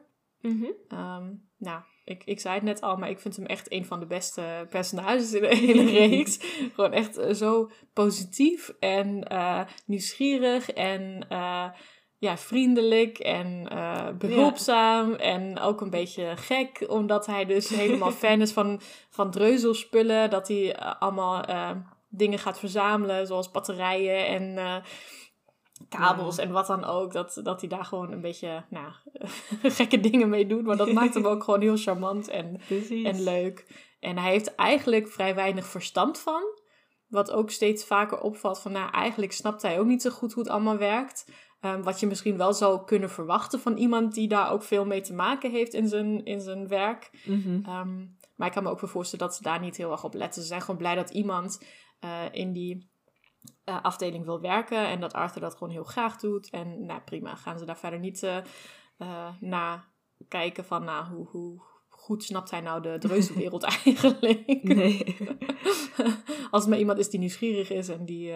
Ik zei het net al, maar ik vind hem echt een van de beste personages in de hele reeks. Gewoon echt zo positief en nieuwsgierig en vriendelijk en behulpzaam. En ook een beetje gek, omdat hij dus helemaal fan is van dreuzelspullen. Dat hij allemaal dingen gaat verzamelen, zoals batterijen en... kabels en wat dan ook, dat hij daar gewoon een beetje gekke dingen mee doet. Maar dat maakt hem ook gewoon heel charmant en leuk. En hij heeft eigenlijk vrij weinig verstand van. Wat ook steeds vaker opvalt van, eigenlijk snapt hij ook niet zo goed hoe het allemaal werkt. Wat je misschien wel zou kunnen verwachten van iemand die daar ook veel mee te maken heeft in zijn werk. Maar ik kan me ook wel voorstellen dat ze daar niet heel erg op letten. Ze zijn gewoon blij dat iemand in die... afdeling wil werken en dat Arthur dat gewoon heel graag doet. En prima, gaan ze daar verder niet naar kijken van hoe goed snapt hij nou de dreuzelwereld eigenlijk. Nee. Als het maar iemand is die nieuwsgierig is en die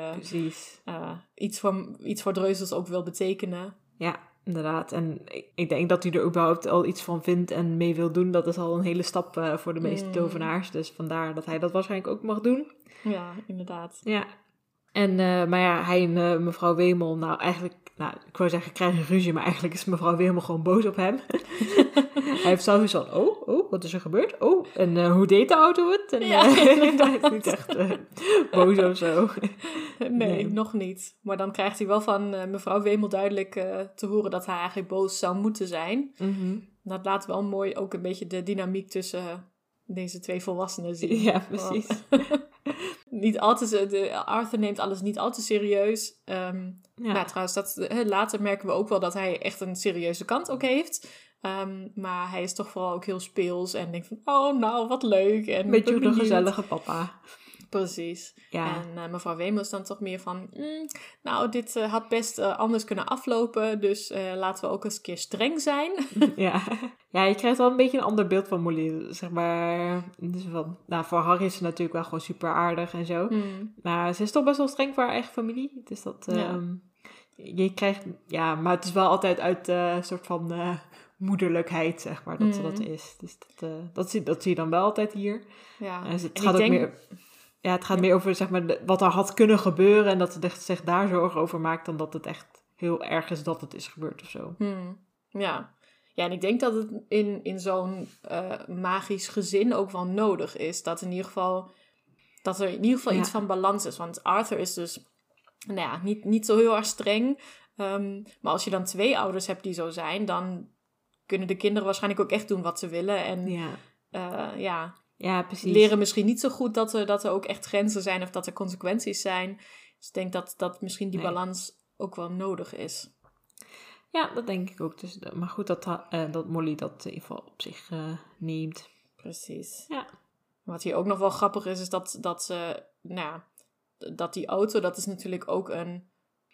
iets voor dreuzels ook wil betekenen. Ja, inderdaad. En ik denk dat hij er überhaupt al iets van vindt en mee wil doen. Dat is al een hele stap voor de meeste tovenaars. Dus vandaar dat hij dat waarschijnlijk ook mag doen. Ja, inderdaad. Ja. En, hij en mevrouw Wemel, ik wou zeggen, krijgen ruzie, maar eigenlijk is mevrouw Wemel gewoon boos op hem. Hij heeft zelfs van, wat is er gebeurd? En hoe deed de auto het? En, hij is niet echt boos of zo. Nee, nog niet. Maar dan krijgt hij wel van mevrouw Wemel duidelijk te horen dat hij eigenlijk boos zou moeten zijn. Dat laat wel mooi ook een beetje de dynamiek tussen deze twee volwassenen zien. Ja, precies. Niet al te, Arthur neemt alles niet al te serieus. Trouwens, later merken we ook wel dat hij echt een serieuze kant ook heeft. Maar hij is toch vooral ook heel speels en denkt van, wat leuk. En beetje een gezellige papa. Precies. Ja. En mevrouw Wemel is dan toch meer van, dit had best anders kunnen aflopen, dus laten we ook eens een keer streng zijn. Ja, je krijgt wel een beetje een ander beeld van Molly, zeg maar. Dus voor Harry is ze natuurlijk wel gewoon super aardig en zo. Maar ze is toch best wel streng voor haar eigen familie. Dus dat, je krijgt, maar het is wel altijd uit een soort van moederlijkheid, zeg maar, dat ze dat is. Dus dat zie je dan wel altijd hier. Ja. Dus het gaat ook meer... Ja, het gaat meer over, zeg maar, wat er had kunnen gebeuren en dat ze zich daar zorgen over maakt dan dat het echt heel erg is dat het is gebeurd of zo. Ja, en ik denk dat het in zo'n magisch gezin ook wel nodig is. Dat er in ieder geval iets van balans is. Want Arthur is dus, niet zo heel erg streng. Maar als je dan 2 ouders hebt die zo zijn, dan kunnen de kinderen waarschijnlijk ook echt doen wat ze willen. En Ja, precies. leren misschien niet zo goed dat er ook echt grenzen zijn of dat er consequenties zijn. Dus ik denk dat misschien die balans ook wel nodig is. Ja, dat denk ik ook. Dus, maar goed dat Molly dat in ieder geval op zich neemt. Precies. Ja. Wat hier ook nog wel grappig is dat ze... dat die auto, dat is natuurlijk ook een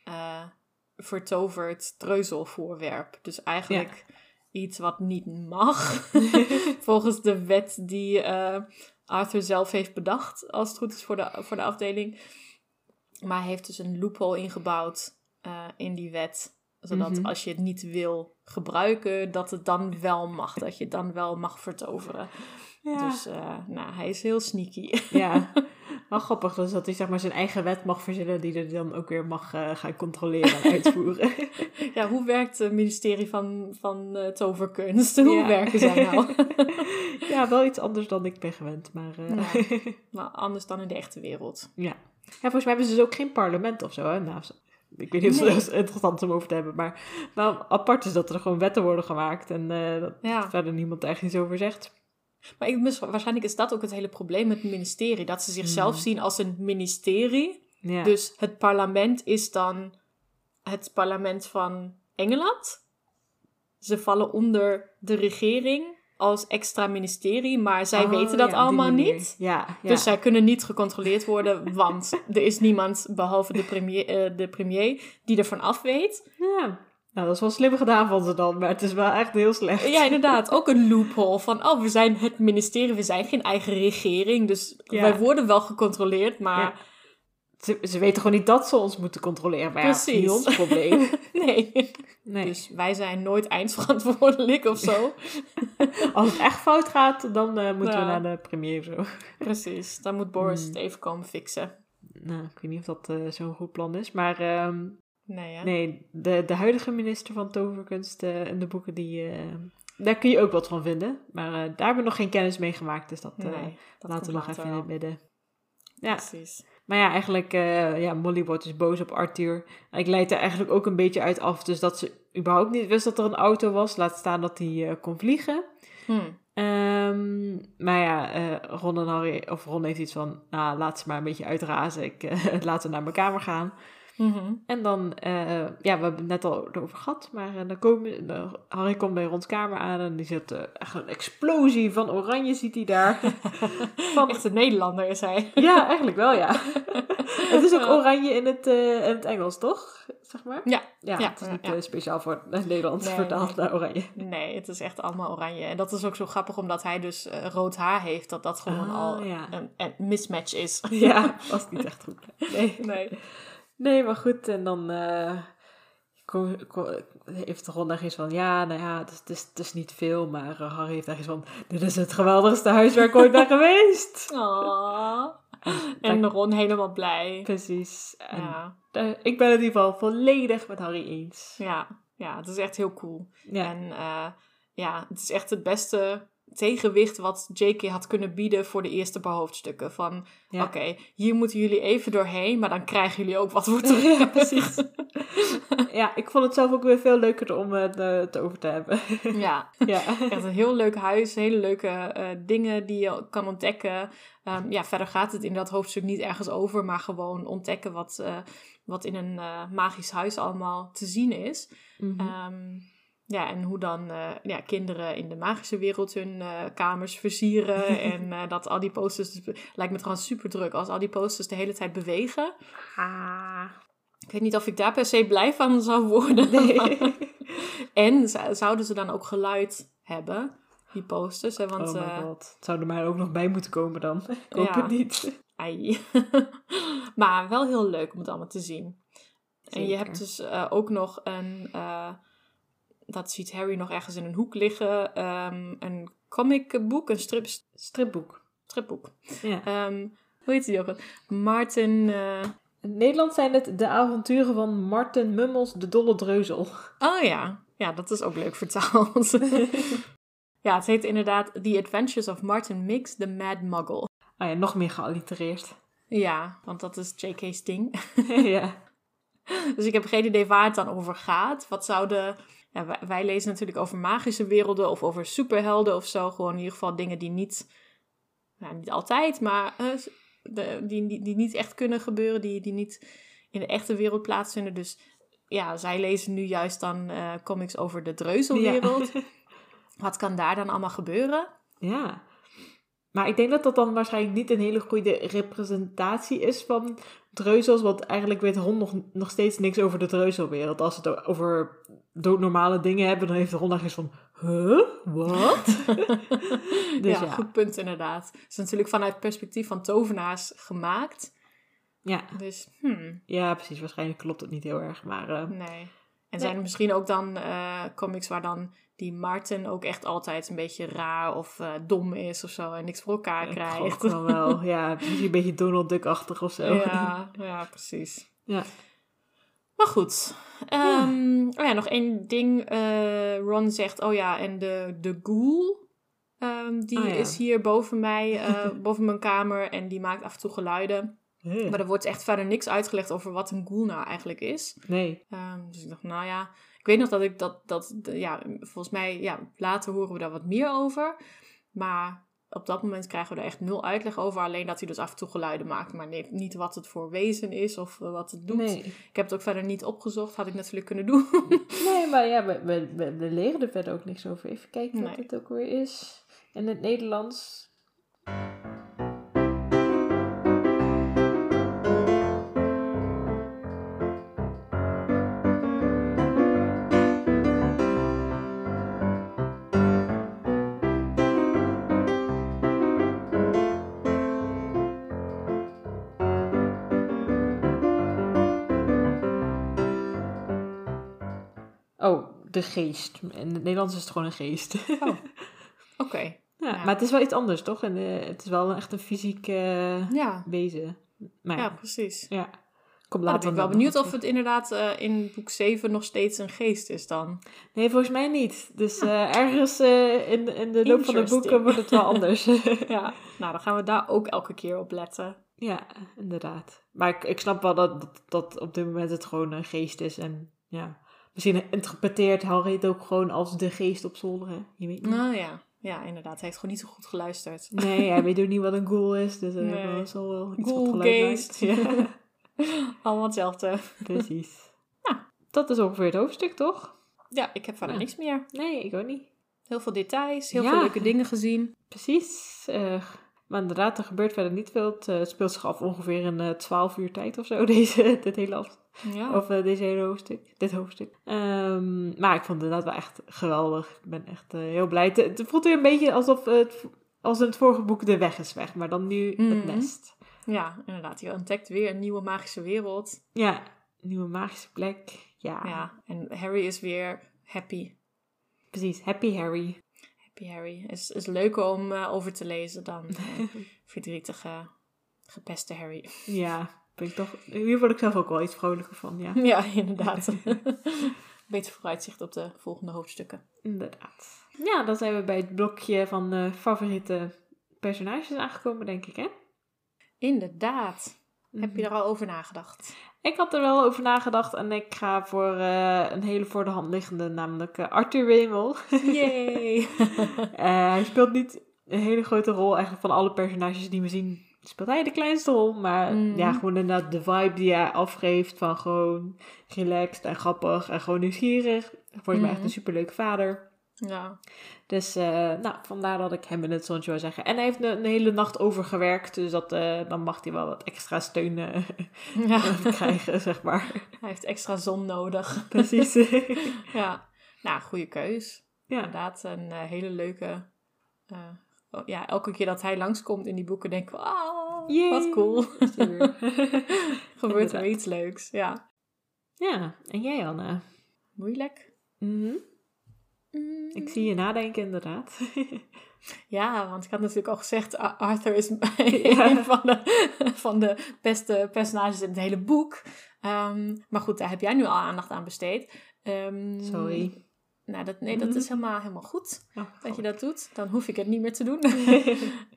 vertoverd treuzelvoorwerp. Dus eigenlijk iets wat niet mag. Volgens de wet die Arthur zelf heeft bedacht, als het goed is voor de afdeling. Maar hij heeft dus een loophole ingebouwd in die wet. Zodat als je het niet wil gebruiken, dat het dan wel mag. Dat je het dan wel mag vertoveren. Ja. Dus hij is heel sneaky. Ja, wel grappig dus dat hij zeg maar zijn eigen wet mag verzinnen die er dan ook weer mag gaan controleren en uitvoeren. Ja, hoe werkt het ministerie van toverkunst? Hoe werken zij nou? Ja, wel iets anders dan ik ben gewend, maar... maar anders dan in de echte wereld. Ja, volgens mij hebben ze dus ook geen parlement of zo, hè? Nou, ik weet niet of het interessant is om over te hebben, maar apart is dat er gewoon wetten worden gemaakt en dat verder niemand er echt iets over zegt. Maar waarschijnlijk is dat ook het hele probleem met het ministerie. Dat ze zichzelf zien als een ministerie. Ja. Dus het parlement is dan het parlement van Engeland. Ze vallen onder de regering als extra ministerie. Maar zij weten dat allemaal niet. Ja. Dus zij kunnen niet gecontroleerd worden. Want er is niemand, behalve de premier, die ervan af weet. Ja. Nou, dat is wel slim gedaan van ze dan, maar het is wel echt heel slecht. Ja, inderdaad. Ook een loophole van, we zijn het ministerie, we zijn geen eigen regering, dus wij worden wel gecontroleerd, maar... Ja. Ze weten gewoon niet dat ze ons moeten controleren, maar precies. Ja, het is niet ons probleem. Nee. Dus wij zijn nooit eindverantwoordelijk of zo. Als het echt fout gaat, dan moeten we naar de premier of zo. Precies, dan moet Boris het even komen fixen. Nou, ik weet niet of dat zo'n goed plan is, maar... Nee, de huidige minister van toverkunst in de boeken, daar kun je ook wat van vinden. Maar daar hebben we nog geen kennis mee gemaakt, dus dat laten we nog even in het midden. Ja, precies. Maar ja, eigenlijk, Molly wordt dus boos op Arthur. Ik leid er eigenlijk ook een beetje uit af, dus dat ze überhaupt niet wist dat er een auto was. Laat staan dat hij kon vliegen. Maar ja, Ron heeft iets van, laat ze maar een beetje uitrazen. Laten we naar mijn kamer gaan. En dan, we hebben het net al over gehad, maar Harry komt bij Rons kamer aan en die ziet echt een explosie van oranje, ziet hij daar. Echt een Nederlander is hij. Ja, eigenlijk wel, ja. Het is ook oranje in het Engels, toch? Zeg maar? Ja. Het is niet speciaal voor het Nederlands vertaald naar oranje. Nee, het is echt allemaal oranje. En dat is ook zo grappig, omdat hij dus rood haar heeft, dat gewoon al een mismatch is. Ja, was niet echt goed. Nee. Nee, maar goed. En dan heeft Ron daar iets van... het is niet veel. Maar Harry heeft daar iets van... Dit is het geweldigste huis waar ik ooit ben geweest. Aww. En Ron helemaal blij. Precies. Ik ben het in ieder geval volledig met Harry eens. Ja, het is echt heel cool. Ja. En het is echt het beste tegenwicht wat J.K. had kunnen bieden voor de eerste paar hoofdstukken. Van, oké, hier moeten jullie even doorheen, maar dan krijgen jullie ook wat voor terug. Ja, precies. Ja, ik vond het zelf ook weer veel leuker om het over te hebben. Ja, echt een heel leuk huis, hele leuke dingen die je kan ontdekken. Verder gaat het in dat hoofdstuk niet ergens over, maar gewoon ontdekken wat in een magisch huis allemaal te zien is. En hoe dan kinderen in de magische wereld hun kamers versieren. En dat al die posters... lijkt me trouwens super druk als al die posters de hele tijd bewegen. Ik weet niet of ik daar per se blij van zou worden. Nee. En zouden ze dan ook geluid hebben, die posters? Hè? Want, oh my god. Het zou er maar ook nog bij moeten komen dan. Ik hoop het niet. Ai. Maar wel heel leuk om het allemaal te zien. Zeker. En je hebt dus ook nog een... dat ziet Harry nog ergens in een hoek liggen. Een comicboek, een stripboek. Ja. Hoe heet die ook? Martin... In Nederland zijn het de avonturen van Martin Mummels, de dolle dreuzel. Oh ja. Ja, dat is ook leuk vertaald. Ja, het heet inderdaad The Adventures of Martin Miggs, the Mad Muggle. Oh ja, nog meer geallitereerd. Ja, want dat is J.K.'s ding. Ja. Dus ik heb geen idee waar het dan over gaat. Wat zou wij lezen natuurlijk over magische werelden of over superhelden of zo. Gewoon in ieder geval dingen die niet altijd, maar die niet echt kunnen gebeuren. Die niet in de echte wereld plaatsvinden. Dus ja, zij lezen nu juist dan comics over de dreuzelwereld. Ja. Wat kan daar dan allemaal gebeuren? Ja. Maar ik denk dat dat dan waarschijnlijk niet een hele goede representatie is van dreuzels. Want eigenlijk weet Ron nog steeds niks over de dreuzelwereld. Als we het over doodnormale dingen hebben, dan heeft Ron eigenlijk van... Wat? Dus ja, goed punt inderdaad. Het is natuurlijk vanuit het perspectief van tovenaars gemaakt. Ja. Dus, Ja, precies. Waarschijnlijk klopt het niet heel erg, maar... Nee. En zijn er misschien ook dan comics waar dan die Martin ook echt altijd een beetje raar of dom is of zo en niks voor elkaar krijgt. Dan wel. Ja, misschien een beetje Donald Duck-achtig of zo. Ja, precies. Ja. Maar goed. Nog één ding. Ron zegt, en de ghoul, is hier boven mij, boven mijn kamer en die maakt af en toe geluiden. Yeah. Maar er wordt echt verder niks uitgelegd over wat een ghoul nou eigenlijk is. Nee. Dus ik dacht, ik weet nog dat ik volgens mij, later horen we daar wat meer over. Maar op dat moment krijgen we er echt 0 uitleg over. Alleen dat hij dus af en toe geluiden maakt. Maar niet wat het voor wezen is of wat het doet. Nee. Ik heb het ook verder niet opgezocht. Had ik natuurlijk kunnen doen. Nee, maar ja, we leren er verder ook niks over. Even kijken wat het ook weer is. In het Nederlands... Oh, de geest. In het Nederlands is het gewoon een geest. Oh, oké. Ja, maar het is wel iets anders, toch? En het is wel echt een fysiek wezen. Maar ja, precies. Ja. Ik ben wel benieuwd of het inderdaad in boek 7 nog steeds een geest is dan. Nee, volgens mij niet. Dus ergens in de loop van de boeken wordt het wel anders. Ja, dan gaan we daar ook elke keer op letten. Ja, inderdaad. Maar ik snap wel dat op dit moment het gewoon een geest is. En ja, misschien interpreteert Harry het ook gewoon als de geest op zolder. Hè? Je weet niet. Nou ja. Ja, inderdaad. Hij heeft gewoon niet zo goed geluisterd. Nee, hij weet ook niet wat een ghoul is. Dus dat zal wel iets wat geluid maakt. Ja. Allemaal hetzelfde. Precies. Nou, dat is ongeveer het hoofdstuk, toch? Ja, ik heb verder niks meer. Nee, ik ook niet. Heel veel details, heel veel leuke dingen gezien. Precies. Maar inderdaad, er gebeurt verder niet veel. Het speelt zich af ongeveer in 12 uur tijd of zo, dit hele hoofdstuk. Dit hoofdstuk. Maar ik vond het inderdaad wel echt geweldig. Ik ben echt heel blij. Het voelt weer een beetje alsof als in het vorige boek de weg is weg, maar dan nu het nest. Ja, inderdaad. Je ontdekt weer een nieuwe magische wereld. Ja, een nieuwe magische plek. Ja, en Harry is weer happy. Precies, happy Harry. Happy Harry. Is leuker om over te lezen dan verdrietige, gepeste Harry. Ja, hier word ik zelf ook wel iets vrolijker van, ja. Ja, inderdaad. Beter vooruitzicht op de volgende hoofdstukken. Inderdaad. Ja, dan zijn we bij het blokje van favoriete personages aangekomen, denk ik, hè? Inderdaad. Heb je er al over nagedacht? Ik had er wel over nagedacht en ik ga voor een hele voor de hand liggende, namelijk Arthur Wemel. Yay! Hij speelt niet een hele grote rol, eigenlijk van alle personages die we zien, speelt hij de kleinste rol. Maar gewoon inderdaad de vibe die hij afgeeft van gewoon relaxed en grappig en gewoon nieuwsgierig. Volgens mij echt een superleuke vader. Ja. Dus vandaar dat ik hem in het zonnetje wil zeggen. En hij heeft een hele nacht overgewerkt, dus dan mag hij wel wat extra steun krijgen, zeg maar. Hij heeft extra zon nodig. Precies. Ja, nou, goede keus. Ja. Inderdaad, een hele leuke... elke keer dat hij langskomt in die boeken, denken we, wat cool. Gebeurt er weer iets leuks, ja. Ja, en jij, Anne? Moeilijk? Ik zie je nadenken, inderdaad. Ja, want ik had natuurlijk al gezegd, Arthur is een van de beste personages in het hele boek. Maar goed, daar heb jij nu al aandacht aan besteed. Sorry. Nou, dat is helemaal goed dat je dat doet. Dan hoef ik het niet meer te doen.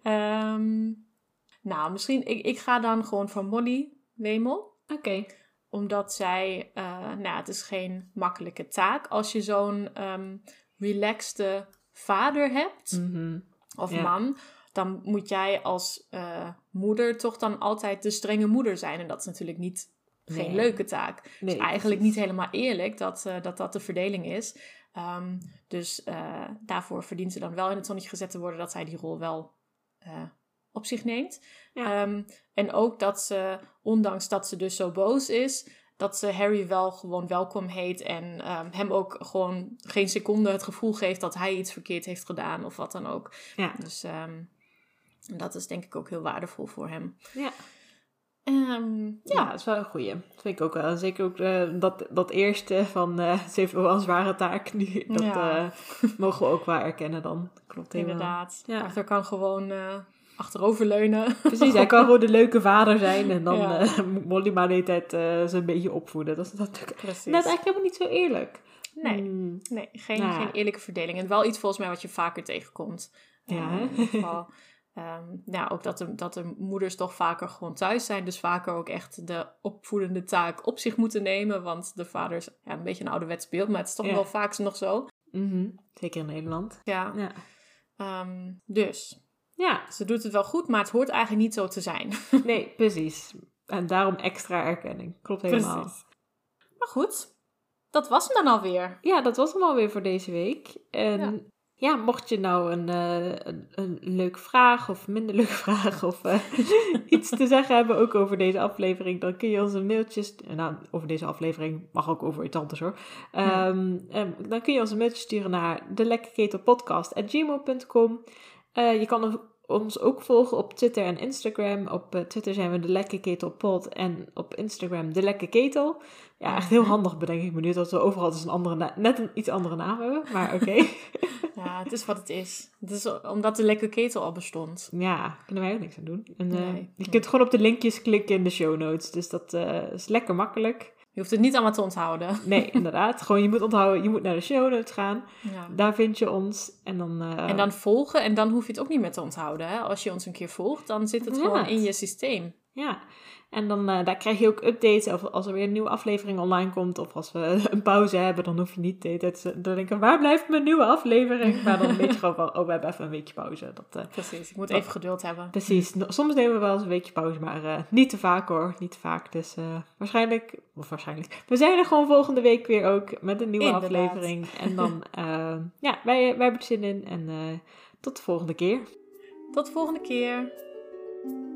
Misschien, ik ga dan gewoon voor Molly Wemel. Oké. Omdat zij, het is geen makkelijke taak als je zo'n relaxte vader hebt, of man, dan moet jij als moeder toch dan altijd de strenge moeder zijn. En dat is natuurlijk geen leuke taak. Nee, dus eigenlijk niet helemaal eerlijk dat de verdeling is. Dus daarvoor verdient ze dan wel in het zonnetje gezet te worden dat zij die rol wel op zich neemt. Ja. En ook dat ze, ondanks dat ze dus zo boos is, dat ze Harry wel gewoon welkom heet en hem ook gewoon geen seconde het gevoel geeft dat hij iets verkeerd heeft gedaan of wat dan ook. Ja. Dus dat is denk ik ook heel waardevol voor hem. Ja. Dat is wel een goeie. Dat vind ik ook wel. Zeker ook dat eerste van ze heeft wel een zware taak nu. Dat mogen we ook wel erkennen dan. Klopt helemaal. Inderdaad. Ja. Arthur kan gewoon achteroverleunen. Precies, hij kan gewoon de leuke vader zijn. En dan moet Molly maar de hele tijd ze een beetje opvoeden. Dat is natuurlijk eigenlijk helemaal niet zo eerlijk. Nee, geen eerlijke verdeling. En wel iets volgens mij wat je vaker tegenkomt. Ja, in ieder geval. Ook dat de moeders toch vaker gewoon thuis zijn. Dus vaker ook echt de opvoedende taak op zich moeten nemen. Want de vader is een beetje een ouderwets beeld. Maar het is toch wel vaak nog zo. Zeker in Nederland. Ja. Dus. Ja. Ze doet het wel goed, maar het hoort eigenlijk niet zo te zijn. Nee, precies. En daarom extra erkenning. Klopt helemaal. Precies. Maar goed. Dat was hem dan alweer. Ja, dat was hem alweer voor deze week. En... Ja, mocht je nou een leuke vraag of minder leuke vraag of iets te zeggen hebben ook over deze aflevering, dan kun je ons een mailtje over deze aflevering, mag ook over iets anders hoor. Dan kun je ons een mailtje sturen naar delekkerketelpodcast@gmail.com. Je kan ons ook volgen op Twitter en Instagram. Op Twitter zijn we de Lekker Ketel Pod en op Instagram de Lekker Ketel. Ja, echt heel handig bedenk ik me nu dat we overal dus net een iets andere naam hebben, maar oké. Ja, het is wat het is. Het is omdat de Lekker Ketel al bestond. Ja, kunnen wij ook niks aan doen. En, je kunt gewoon op de linkjes klikken in de show notes, dus dat is lekker makkelijk. Je hoeft het niet allemaal te onthouden. Nee, inderdaad. Gewoon, je moet onthouden, je moet naar de show notes gaan. Ja. Daar vind je ons. En dan volgen. En dan hoef je het ook niet meer te onthouden. Hè? Als je ons een keer volgt, dan zit het gewoon in je systeem. Ja. En dan daar krijg je ook updates. Of als er weer een nieuwe aflevering online komt. Of als we een pauze hebben, dan hoef je niet de hele tijd te denken, waar blijft mijn nieuwe aflevering? Maar dan weet je gewoon van, we hebben even een weekje pauze. Precies, ik moet even geduld hebben. Precies. Soms nemen we wel eens een weekje pauze, maar niet te vaak hoor. Niet te vaak. Dus waarschijnlijk. We zijn er gewoon volgende week weer ook met een nieuwe aflevering. En dan, wij hebben er zin in. En tot de volgende keer. Tot de volgende keer.